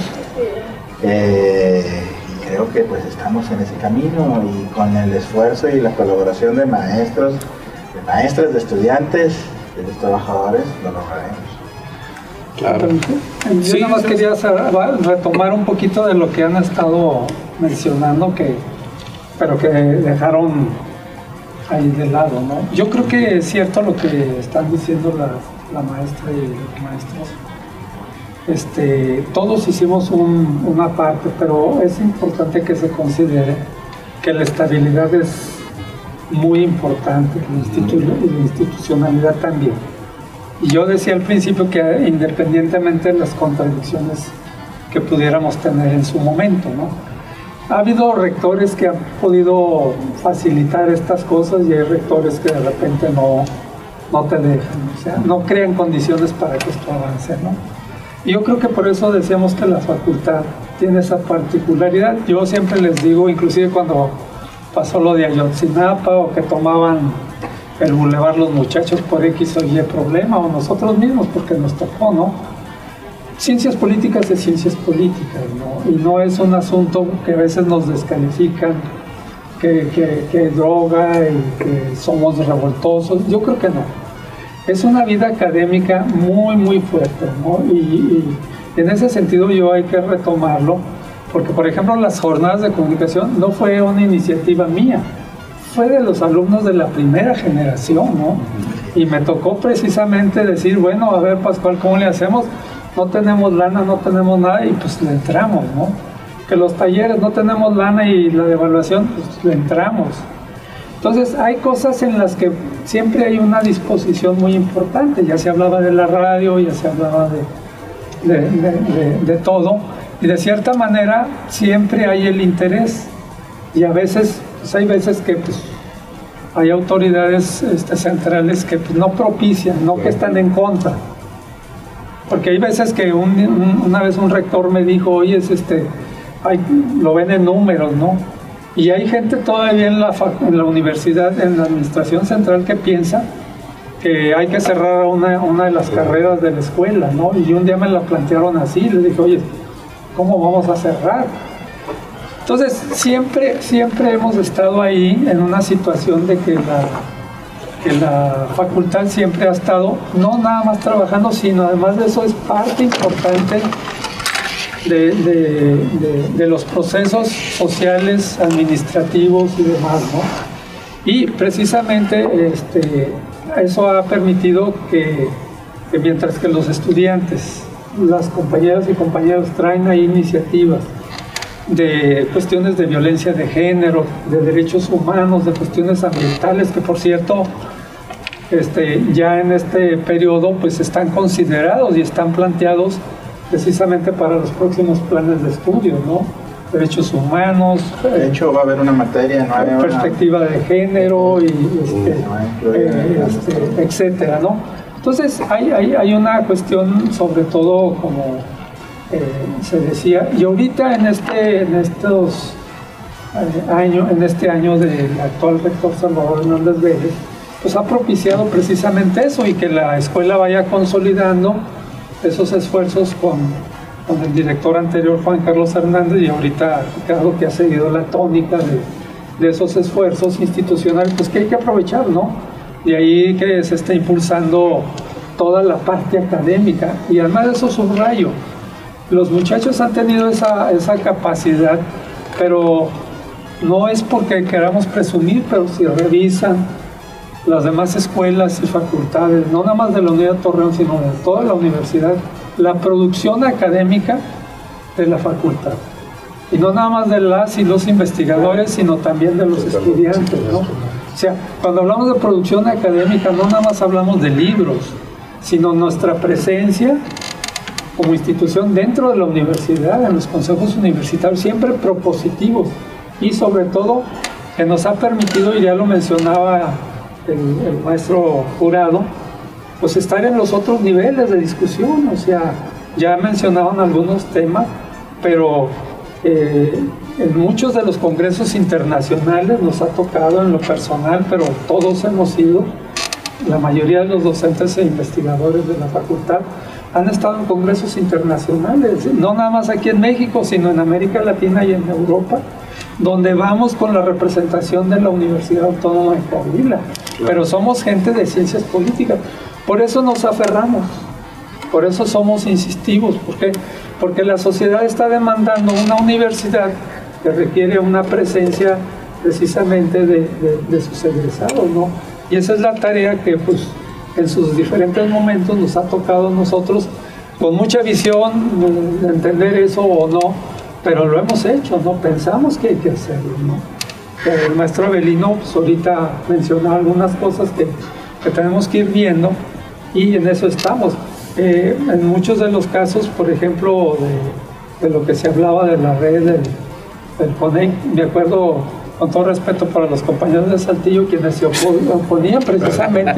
S9: Y creo que pues estamos en ese camino, y con el esfuerzo y la colaboración de maestros, de maestras, de estudiantes, de los trabajadores, lo lograremos.
S2: Claro.
S5: Yo nada más quería retomar un poquito de lo que han estado mencionando, pero que dejaron ahí de lado, ¿no? Yo creo que es cierto lo que están diciendo la maestra y los maestros. Todos hicimos una parte, pero es importante que se considere que la estabilidad es muy importante, la institucionalidad también. Y yo decía al principio que independientemente de las contradicciones que pudiéramos tener en su momento, ¿no? Ha habido rectores que han podido facilitar estas cosas y hay rectores que de repente no te dejan, o sea, no crean condiciones para que esto avance, ¿no? Y yo creo que por eso decíamos que la facultad tiene esa particularidad. Yo siempre les digo, inclusive cuando pasó lo de Ayotzinapa o que tomaban el bulevar los muchachos por X o Y problema, o nosotros mismos porque nos tocó, ¿no? Ciencias políticas es ciencias políticas, ¿no? Y no es un asunto que a veces nos descalifican, que droga y que somos revoltosos. Yo creo que no. Es una vida académica muy, muy fuerte, ¿no? Y en ese sentido yo hay que retomarlo, porque por ejemplo las jornadas de comunicación no fue una iniciativa mía, fue de los alumnos de la primera generación, ¿no? Y me tocó precisamente decir, bueno, a ver Pascual, ¿cómo le hacemos? No tenemos lana, no tenemos nada, y pues le entramos, ¿no? Que los talleres no tenemos lana y la devaluación, pues le entramos. Entonces hay cosas en las que siempre hay una disposición muy importante. Ya se hablaba de la radio, ya se hablaba de todo, y de cierta manera siempre hay el interés, y a veces, pues hay veces que pues, hay autoridades centrales que pues, no propician, no que están en contra. Porque hay veces que una vez un rector me dijo, oye, lo ven en números, ¿no? Y hay gente todavía en la universidad, en la administración central, que piensa que hay que cerrar una de las carreras de la escuela, ¿no? Y un día me la plantearon así, les dije, oye, ¿cómo vamos a cerrar? Entonces, siempre hemos estado ahí en una situación de que la facultad siempre ha estado, no nada más trabajando, sino además de eso es parte importante de los procesos sociales, administrativos y demás, ¿no? Y precisamente eso ha permitido que mientras que los estudiantes, las compañeras y compañeros traen ahí iniciativas de cuestiones de violencia de género, de derechos humanos, de cuestiones ambientales, que por cierto ya en este periodo pues están considerados y están planteados precisamente para los próximos planes de estudio, ¿no? Derechos humanos,
S9: de hecho va a haber una materia nueva,
S5: perspectiva de género y etcétera, ¿no? Entonces hay una cuestión, sobre todo como se decía, y ahorita en este año del actual rector Salvador Hernández Vélez, pues ha propiciado precisamente eso, y que la escuela vaya consolidando esos esfuerzos con el director anterior, Juan Carlos Hernández, y ahorita Ricardo, que ha seguido la tónica de esos esfuerzos institucionales, pues que hay que aprovechar, ¿no? De ahí que se está impulsando toda la parte académica, y además de eso subrayo, los muchachos han tenido esa capacidad, pero no es porque queramos presumir, pero si revisan las demás escuelas y facultades, no nada más de la Unidad Torreón, sino de toda la universidad, la producción académica de la facultad. Y no nada más de las y los investigadores, sino también de los estudiantes, ¿no? O sea, cuando hablamos de producción académica, no nada más hablamos de libros, sino nuestra presencia como institución dentro de la universidad, en los consejos universitarios, siempre propositivos, y sobre todo que nos ha permitido, y ya lo mencionaba el maestro Jurado, pues estar en los otros niveles de discusión. O sea, ya mencionaban algunos temas, pero en muchos de los congresos internacionales nos ha tocado en lo personal, pero todos hemos ido, la mayoría de los docentes e investigadores de la facultad han estado en congresos internacionales, no nada más aquí en México, sino en América Latina y en Europa, donde vamos con la representación de la Universidad Autónoma de Coahuila. Claro. Pero somos gente de ciencias políticas, por eso nos aferramos, por eso somos insistivos, porque la sociedad está demandando una universidad que requiere una presencia precisamente de sus egresados, ¿no? Y esa es la tarea que pues en sus diferentes momentos nos ha tocado a nosotros, con mucha visión de entender eso o no, pero lo hemos hecho, ¿no? Pensamos que hay que hacerlo, ¿no? El maestro Avelino pues ahorita mencionó algunas cosas que tenemos que ir viendo, y en eso estamos. En muchos de los casos, por ejemplo, de lo que se hablaba de la red el CONEI, me acuerdo, con todo respeto para los compañeros de Saltillo, quienes se oponían precisamente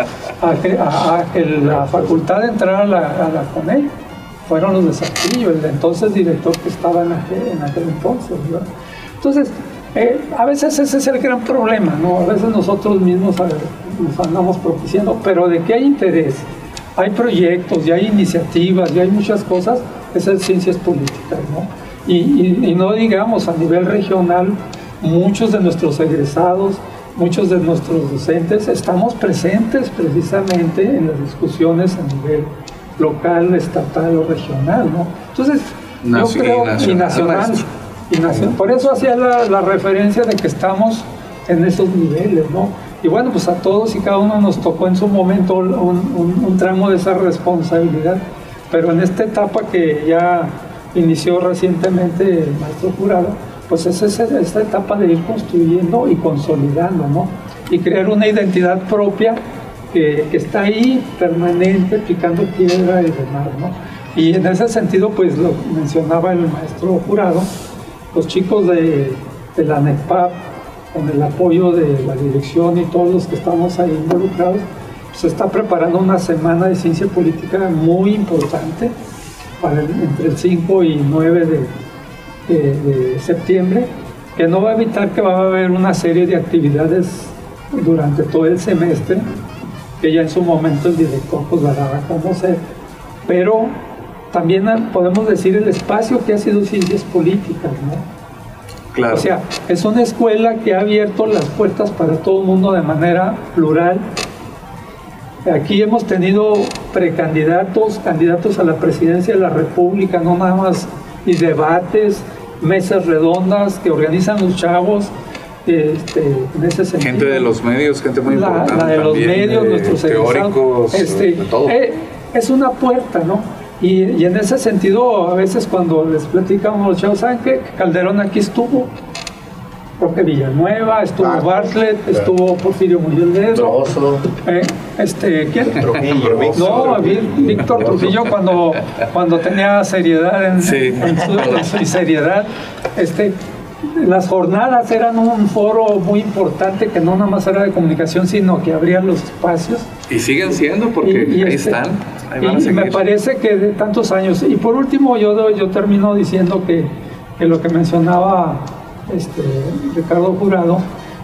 S5: a que la facultad entrara a la CONEI, fueron los de Saltillo, el entonces director que estaba en aquel entonces, ¿verdad? Entonces, a veces ese es el gran problema, ¿no? A veces nosotros mismos nos andamos propiciando, pero de que hay interés, hay proyectos, y hay iniciativas, y hay muchas cosas, esas ciencias políticas, ¿no? Y no digamos a nivel regional, muchos de nuestros egresados, muchos de nuestros docentes, estamos presentes precisamente en las discusiones a nivel local, estatal o regional, ¿no? Entonces, yo creo, y nacional. Por eso hacía la referencia de que estamos en esos niveles, ¿no? Y bueno, pues a todos y cada uno nos tocó en su momento un tramo de esa responsabilidad, pero en esta etapa que ya inició recientemente el maestro Jurado, pues es esta etapa de ir construyendo y consolidando, ¿no? Y crear una identidad propia que está ahí, permanente, picando piedra y demás, ¿no? Y en ese sentido, pues lo mencionaba el maestro Jurado, los chicos de la NECPAP, con el apoyo de la dirección y todos los que estamos ahí involucrados, se está preparando una semana de ciencia política muy importante entre el 5 y 9 de septiembre, que no va a evitar que va a haber una serie de actividades durante todo el semestre, que ya en su momento el director pues va a dar a conocer, pero también podemos decir el espacio que ha sido ciencias políticas, ¿no?
S2: Claro.
S5: O sea, es una escuela que ha abierto las puertas para todo el mundo de manera plural. Aquí hemos tenido precandidatos, candidatos a la presidencia de la República, no nada más, y debates, mesas redondas que organizan los chavos, en ese sentido. Gente
S2: de los medios, gente muy importante.
S5: La de los
S2: también,
S5: medios, nuestros
S2: teóricos, de todo.
S5: Es una puerta, ¿no? Y en ese sentido, a veces cuando les platicamos a los chavos, ¿saben qué? Calderón aquí estuvo, Roque Villanueva, estuvo Bartlett, estuvo Porfirio Muñoz Ledo. ¿Quién?
S8: Trujillo.
S5: No, Víctor Trujillo cuando tenía seriedad en su seriedad. Las jornadas eran un foro muy importante que no nada más era de comunicación, sino que abrían los espacios.
S2: Y siguen siendo, porque ahí están. Ahí van a seguir.
S5: Me parece que de tantos años. Y por último, yo termino diciendo que lo que mencionaba Ricardo Jurado,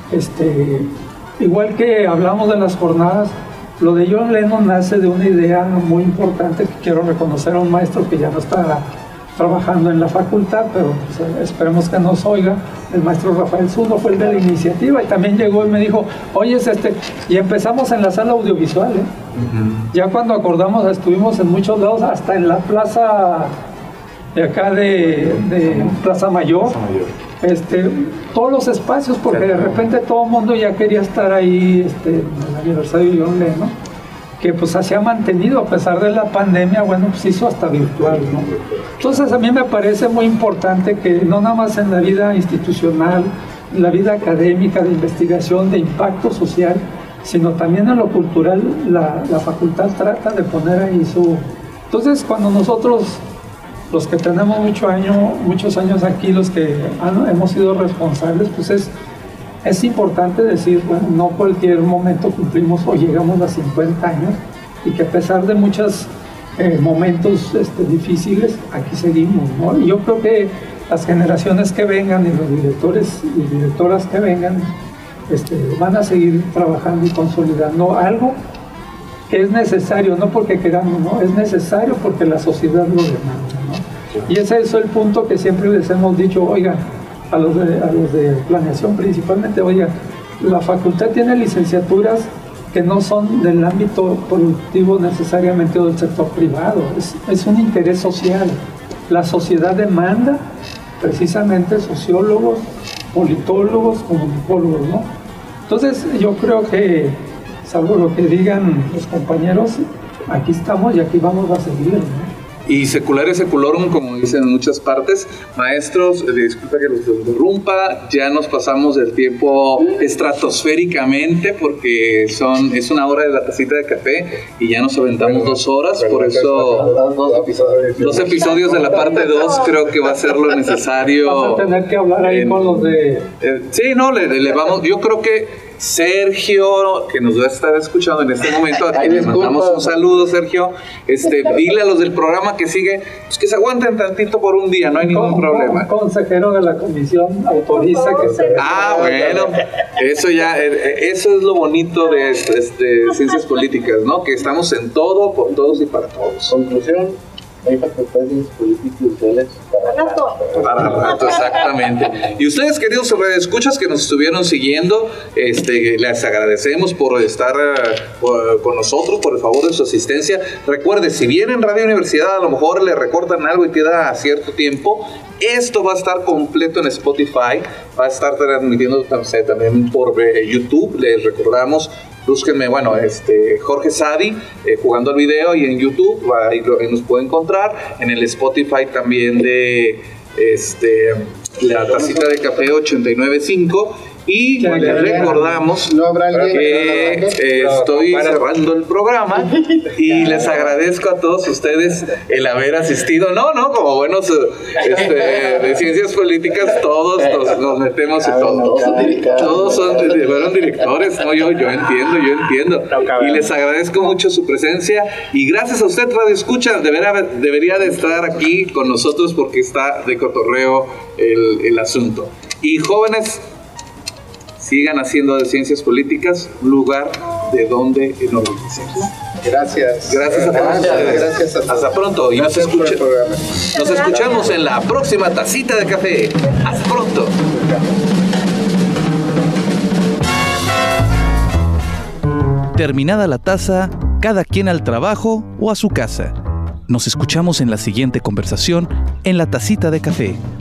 S5: igual que hablamos de las jornadas, lo de John Lennon nace de una idea muy importante que quiero reconocer a un maestro que ya no está trabajando en la facultad, pero pues, esperemos que nos oiga. El maestro Rafael Zuno fue el de la iniciativa y también llegó y me dijo, oye, y empezamos en la sala audiovisual, Ya cuando acordamos estuvimos en muchos lados, hasta en la plaza de acá de Plaza Mayor, todos los espacios, porque de repente todo el mundo ya quería estar ahí, en el aniversario de John Lennon, que pues se ha mantenido a pesar de la pandemia, bueno, pues hizo hasta virtual, ¿no? Entonces a mí me parece muy importante que no nada más en la vida institucional, en la vida académica, de investigación, de impacto social, sino también en lo cultural, la facultad trata de poner ahí su... Entonces cuando nosotros, los que tenemos muchos años aquí, los que hemos sido responsables, pues es importante decir, bueno, no cualquier momento cumplimos o llegamos a 50 años y que a pesar de muchos momentos difíciles, aquí seguimos, ¿no? Y yo creo que las generaciones que vengan y los directores y directoras que vengan van a seguir trabajando y consolidando algo que es necesario, no porque queramos, ¿no? Es necesario porque la sociedad lo demanda, ¿no? Y ese es el punto que siempre les hemos dicho, oigan, a los de planeación principalmente, oiga, la facultad tiene licenciaturas que no son del ámbito productivo necesariamente o del sector privado, es un interés social. La sociedad demanda precisamente sociólogos, politólogos, comunicólogos, ¿no? Entonces yo creo que, salvo lo que digan los compañeros, aquí estamos y aquí vamos a seguir, ¿no?
S2: y seculare seculorum, como dicen en muchas partes. Maestros, disculpa que los interrumpa, ya nos pasamos del tiempo estratosféricamente porque es una hora de la tacita de café y ya nos aventamos 2 horas, por eso 2 episodios de la parte 2 creo que va a ser lo necesario.
S5: Vas a tener que hablar ahí con los de...
S2: sí, no, le vamos, yo creo que Sergio, que nos va a estar escuchando en este momento, a quien le mandamos un saludo, Sergio, dile a los del programa que sigue, pues que se aguanten tantito por un día, no hay ningún problema.
S5: Un consejero de la comisión autoriza que se...
S2: bueno, eso es lo bonito de ciencias políticas, ¿no? Que estamos en todo, por todos y para todos.
S7: Conclusión, hay facultades políticas y sociales
S2: para rato, exactamente. Y ustedes, queridos escuchas que nos estuvieron siguiendo, les agradecemos por estar con nosotros, por el favor de su asistencia. Recuerde, si viene en Radio Universidad, a lo mejor le recortan algo y queda cierto tiempo. Esto va a estar completo en Spotify, va a estar transmitiendo también por YouTube. Les recordamos, búsquenme, Jorge Sadi, jugando al video, y en YouTube ahí nos puede encontrar. En el Spotify también de la tacita de café 89.5. Y les recordamos que estoy cerrando el programa y les agradezco a todos ustedes el haber asistido. No, como buenos de ciencias políticas, todos nos metemos en todo. Todos fueron directores, ¿no? Yo entiendo. Y les agradezco mucho su presencia. Y gracias a usted, Radio Escucha, debería de estar aquí con nosotros porque está de cotorreo el asunto. Y jóvenes, sigan haciendo de ciencias políticas un lugar de donde enorgullecerse.
S3: Gracias.
S2: Gracias a todos.
S3: Gracias a todos.
S2: Hasta pronto. Y nos escuchamos en la próxima tacita de café. Hasta pronto.
S1: Terminada la taza, cada quien al trabajo o a su casa. Nos escuchamos en la siguiente conversación en la tacita de café.